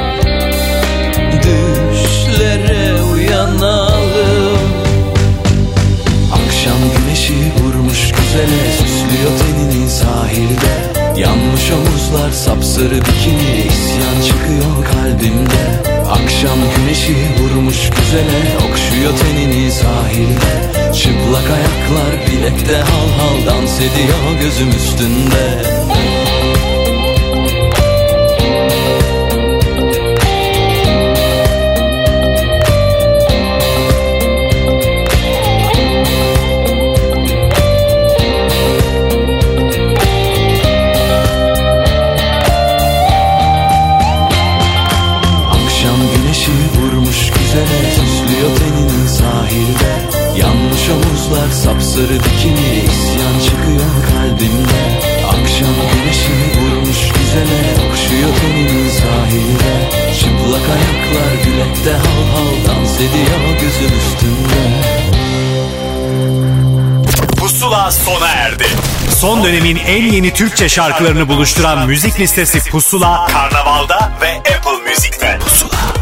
düşlere uyanalım. Akşam güneşi vurmuş güzele, süslüyor tenini sahilde. Yanmış omuzlar, sapsarı bikini, isyan çıkıyor kalbimde. Akşam güneşi vurmuş güzele, okşuyor tenini sahilde. Çıplak ayaklar bilekte hal hal dans ediyor gözüm üstünde. Süslüyor tenini sahilde. Yanmış omuzlar, sapsarı bikini, isyan çıkıyor kalbimde. Akşam güneşi vurmuş güzele, okşuyor tenini sahilde. Çıplak ayaklar bilekte hal hal dans ediyor gözüm üstünde. Pusula sona erdi. Son dönemin en yeni Türkçe şarkılarını buluşturan müzik listesi Pusula, Karnaval'da ve Apple Music'te. Pusula.